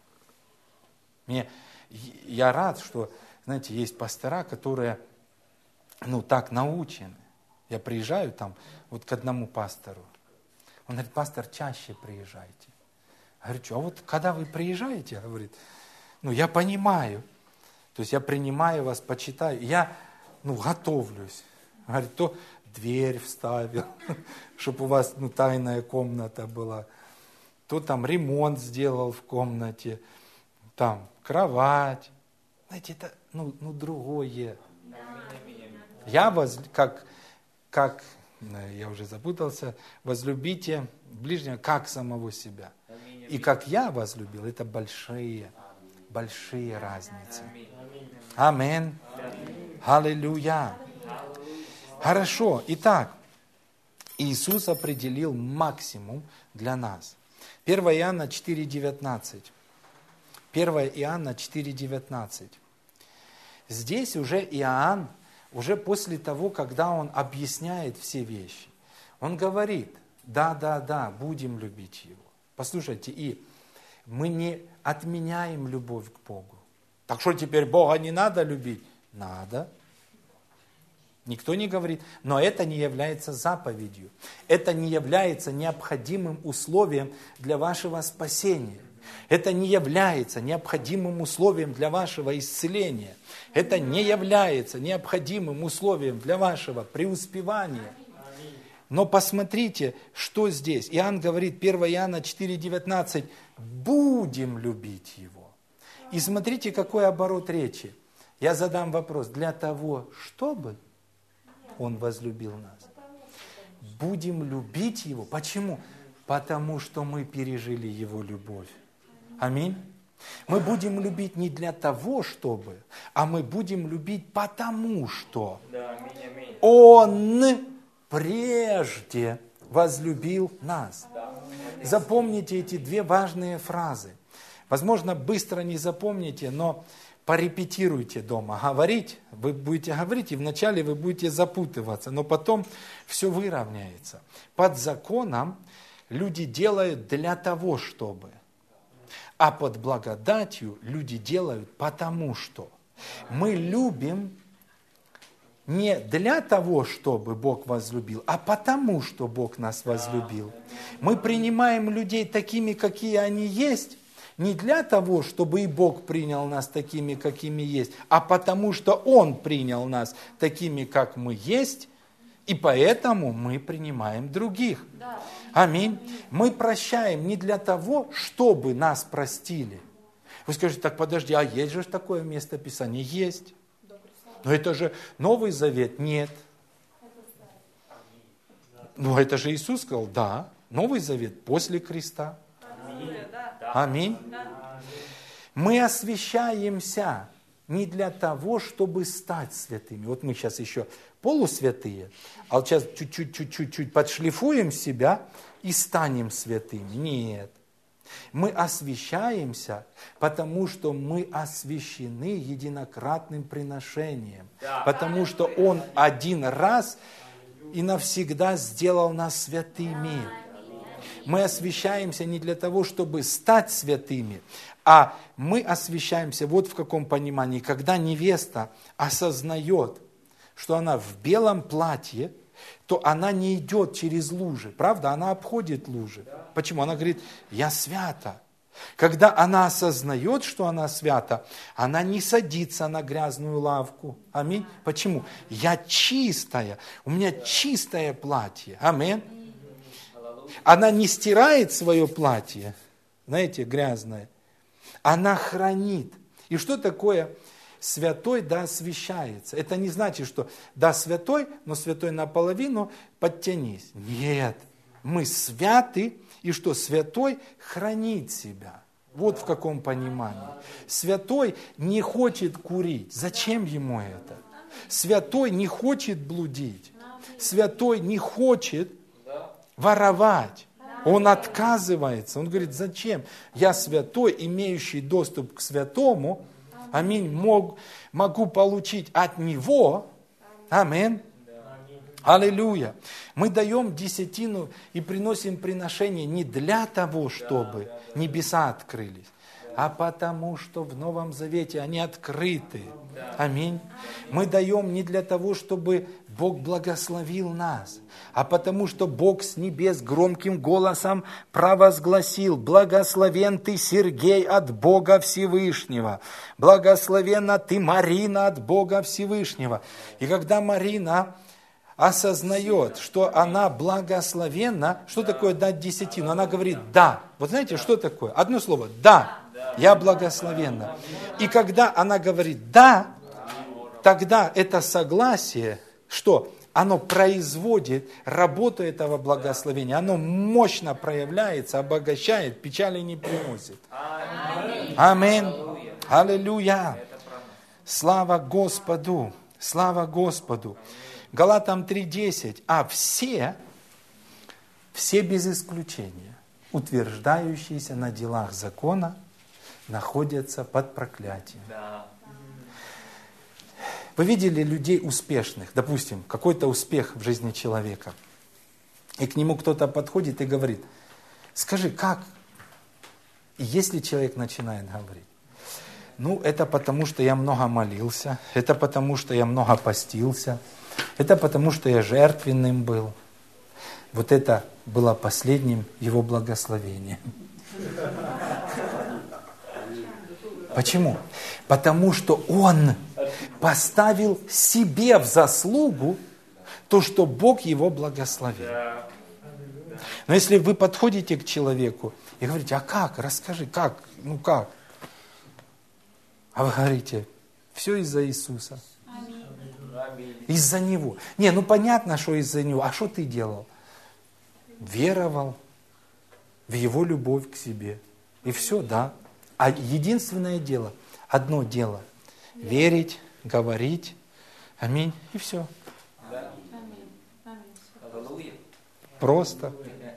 Я рад, что, знаете, есть пастора, которые, так научены. Я приезжаю там, вот к одному пастору. Он говорит, пастор, чаще приезжайте. Я говорю, что, а вот когда вы приезжаете, говорит, я понимаю. То есть я принимаю вас, почитаю. Я, готовлюсь. Говорит, то дверь вставил, чтобы у вас, тайная комната была. То там ремонт сделал в комнате. Там кровать. Знаете, это, другое. Я как я уже запутался, возлюбите ближнего как самого себя. И как я возлюбил, это большие разницы. Аминь. Аллилуйя. Хорошо. Итак, Иисус определил максимум для нас. 1 Иоанна 4,19. 1 Иоанна 4,19. Здесь уже Иоанн, уже после того, когда он объясняет все вещи, он говорит, да, будем любить Его. Послушайте, и мы не отменяем любовь к Богу. Так что теперь Бога не надо любить? Надо. Никто не говорит, но это не является заповедью. Это не является необходимым условием для вашего спасения. Это не является необходимым условием для вашего исцеления. Это не является необходимым условием для вашего преуспевания. Но посмотрите, что здесь. Иоанн говорит, 1 Иоанна 4,19, будем любить Его. И смотрите, какой оборот речи. Я задам вопрос, для того, чтобы Он возлюбил нас. Будем любить Его. Почему? Потому что мы пережили Его любовь. Аминь. Мы будем любить не для того, чтобы, а мы будем любить потому что Он прежде возлюбил нас. Запомните эти две важные фразы. Возможно, быстро не запомните, но порепетируйте дома. Говорить, вы будете говорить, и вначале вы будете запутываться, но потом все выровняется. Под законом люди делают для того, чтобы. А под благодатью люди делают потому что. Мы любим не для того, чтобы Бог возлюбил, а потому что Бог нас возлюбил. Мы принимаем людей такими, какие они есть, не для того, чтобы и Бог принял нас такими, какими есть, а потому что Он принял нас такими, как мы есть, и поэтому мы принимаем других. Аминь. Мы прощаем не для того, чтобы нас простили. Вы скажете, так подожди, а есть же такое место Писания? Есть. Но это же Новый Завет? Нет. Но это же Иисус сказал, да, Новый Завет после креста. Аминь. Мы освящаемся не для того, чтобы стать святыми. Вот мы сейчас еще полусвятые, а вот сейчас чуть-чуть подшлифуем себя и станем святыми. Нет. Мы освящаемся, потому что мы освящены единократным приношением. Потому что Он один раз и навсегда сделал нас святыми. Мы освящаемся не для того, чтобы стать святыми, а мы освящаемся вот в каком понимании, когда невеста осознает, что она в белом платье, то она не идет через лужи, правда? Она обходит лужи. Почему? Она говорит, я свята. Когда она осознает, что она свята, она не садится на грязную лавку. Аминь. Почему? Я чистая, у меня чистое платье. Аминь. Она не стирает свое платье, знаете, грязное. Она хранит. И что такое святой да освящается? Это не значит, что да святой, но святой наполовину подтянись. Нет, мы святы, и что святой хранит себя. Вот в каком понимании. Святой не хочет курить. Зачем ему это? Святой не хочет блудить. Святой не хочет воровать. Он отказывается. Он говорит, зачем? Я святой, имеющий доступ к святому. Аминь. Могу получить от Него. Аминь. Аллилуйя. Мы даем десятину и приносим приношение не для того, чтобы небеса открылись, а потому что в Новом Завете они открыты. Аминь. Мы даем не для того, чтобы Бог благословил нас, а потому что Бог с небес громким голосом провозгласил: благословен ты, Сергей, от Бога Всевышнего, благословенна ты, Марина, от Бога Всевышнего. И когда Марина осознает, что она благословенна, что такое дать десятину? Она говорит «да». Вот знаете, что такое? Одно слово «да». Я благословенна. И когда она говорит «да», тогда это согласие, что оно производит работу этого благословения, оно мощно проявляется, обогащает, печали не приносит. Аминь. Аллилуйя. Слава Господу. Слава Господу. Галатам 3:10. А все без исключения, утверждающиеся на делах закона, находятся под проклятием. Вы видели людей успешных, допустим, какой-то успех в жизни человека, и к нему кто-то подходит и говорит: скажи, как? И если человек начинает говорить: ну, это потому, что я много молился, это потому, что я много постился, это потому, что я жертвенным был. Вот это было последним его благословением. Почему? Потому что он поставил себе в заслугу то, что Бог его благословил. Но если вы подходите к человеку и говорите: а как? Расскажи, как? Ну как? А вы говорите: все из-за Иисуса. Из-за Него. Не, ну понятно, что из-за Него. А что ты делал? Веровал, в Его любовь к себе. И все, да. А единственное дело, одно дело, верить, говорить, аминь, и все. Да. Аминь. Аминь. Аллилуйя. Просто.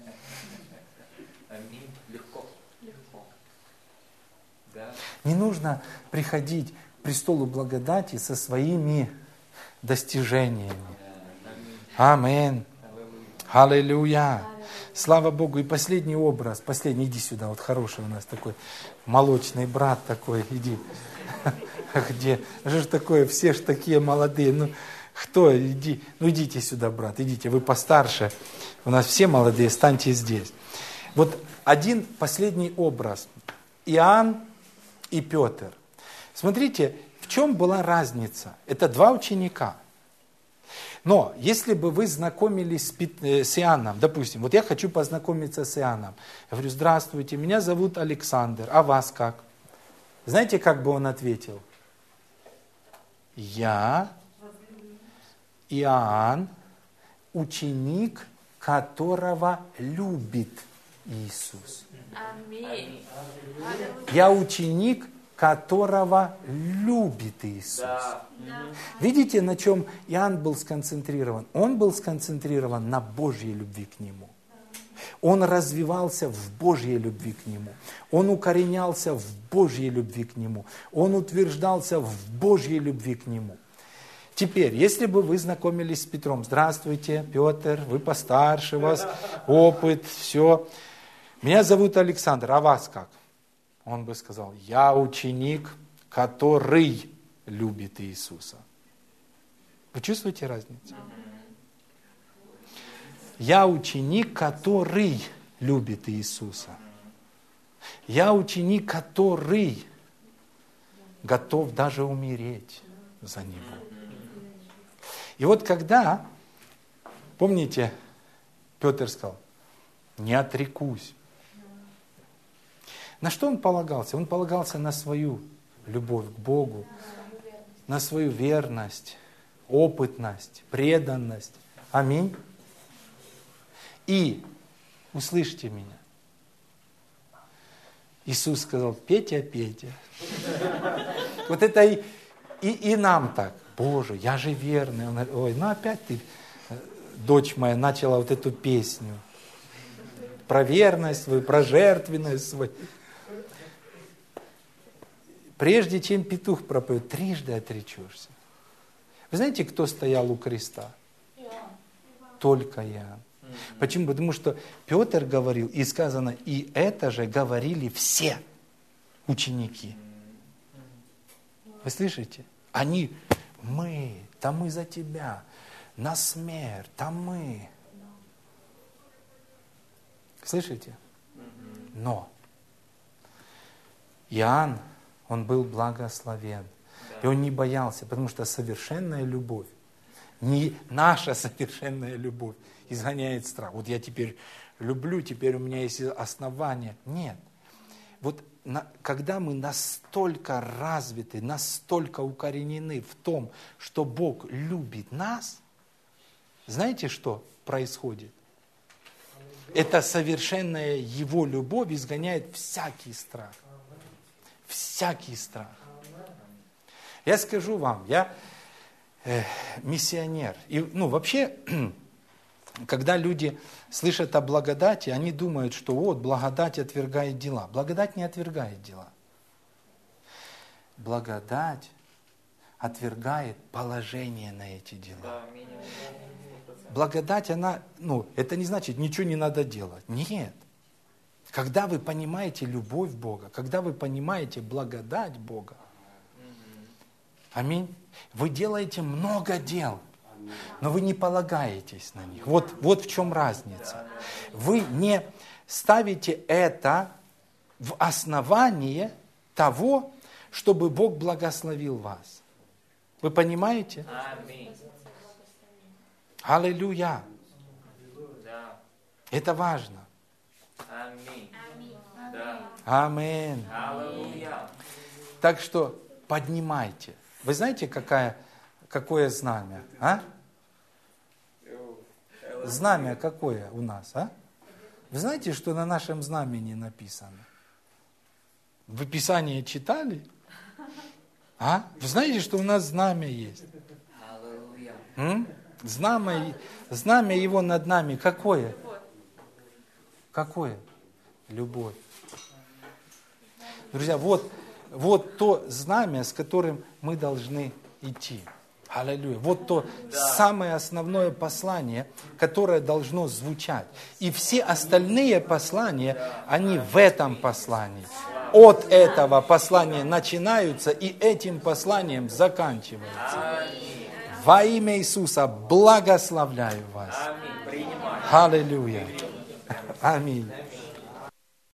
Аминь. Легко. Легко. Да. Не нужно приходить к престолу благодати со своими достижениями. Аминь. Аллилуйя. Слава Богу. И последний образ, последний, иди сюда, вот хороший у нас такой, молочный брат такой, иди. Где? Что ж такое, все ж такие молодые, ну, кто, иди, ну идите сюда, брат, идите, вы постарше, у нас все молодые, станьте здесь. Вот один последний образ, Иоанн и Петр. Смотрите, в чем была разница? Это два ученика. Но если бы вы знакомились с Иоанном, допустим, вот я хочу познакомиться с Иоанном. Я говорю, здравствуйте, меня зовут Александр, а вас как? Знаете, как бы он ответил? Я, Иоанн, ученик, которого любит Иисус. Аминь. Я ученик, которого любит Иисус. Да. Видите, на чем Иоанн был сконцентрирован? Он был сконцентрирован на Божьей любви к Нему. Он развивался в Божьей любви к Нему. Он укоренялся в Божьей любви к Нему. Он утверждался в Божьей любви к Нему. Теперь, если бы вы знакомились с Петром, здравствуйте, Петр, вы постарше, у вас опыт, все. Меня зовут Александр, а вас как? Он бы сказал, я ученик, который любит Иисуса. Вы чувствуете разницу? Я ученик, который любит Иисуса. Я ученик, который готов даже умереть за Него. И вот когда, помните, Петр сказал, не отрекусь. На что он полагался? Он полагался на свою любовь к Богу, на свою верность, опытность, преданность. Аминь. И, услышьте меня, Иисус сказал, Петя, Петя. Вот это и нам так. Боже, я же верный. Он говорит, ой, ну опять ты, дочь моя, начала вот эту песню. Про верность свою, про жертвенность свою. Прежде чем петух пропоет, трижды отречешься. Вы знаете, кто стоял у креста? Только Иоанн. Почему? Потому что Петр говорил, и сказано, и это же говорили все ученики. Вы слышите? Они, мы за тебя, на смерть, мы. Слышите? Но Иоанн, он был благословен. И он не боялся, потому что совершенная любовь, не наша совершенная любовь, изгоняет страх. Вот я теперь люблю, теперь у меня есть основания. Нет. Вот когда мы настолько развиты, настолько укоренены в том, что Бог любит нас, знаете, что происходит? Эта совершенная Его любовь изгоняет всякий страх. Всякий страх. Я скажу вам, я миссионер. И, вообще, когда люди слышат о благодати, они думают, что вот, благодать отвергает дела. Благодать не отвергает дела. Благодать отвергает положение на эти дела. Да, минимум. Благодать, она, это не значит, ничего не надо делать. Нет. Когда вы понимаете любовь Бога, когда вы понимаете благодать Бога, аминь, вы делаете много дел, но вы не полагаетесь на них. Вот в чем разница. Вы не ставите это в основание того, чтобы Бог благословил вас. Вы понимаете? Аминь. Аллилуйя. Да. Это важно. Аминь. Да. Аминь. Аллилуйя. Так что поднимайте. Вы знаете, какое знамя? А? Знамя какое у нас? А? Вы знаете, что на нашем знамени написано? Вы Писание читали? А? Вы знаете, что у нас знамя есть? Знамя его над нами какое? Какое? Любовь. Друзья, вот то знамя, с которым мы должны идти. Аллилуйя. Вот то самое основное послание, которое должно звучать. И все остальные послания, они в этом послании. От этого послания начинаются и этим посланием заканчиваются. Во имя Иисуса благословляю вас. Аллилуйя. Аминь.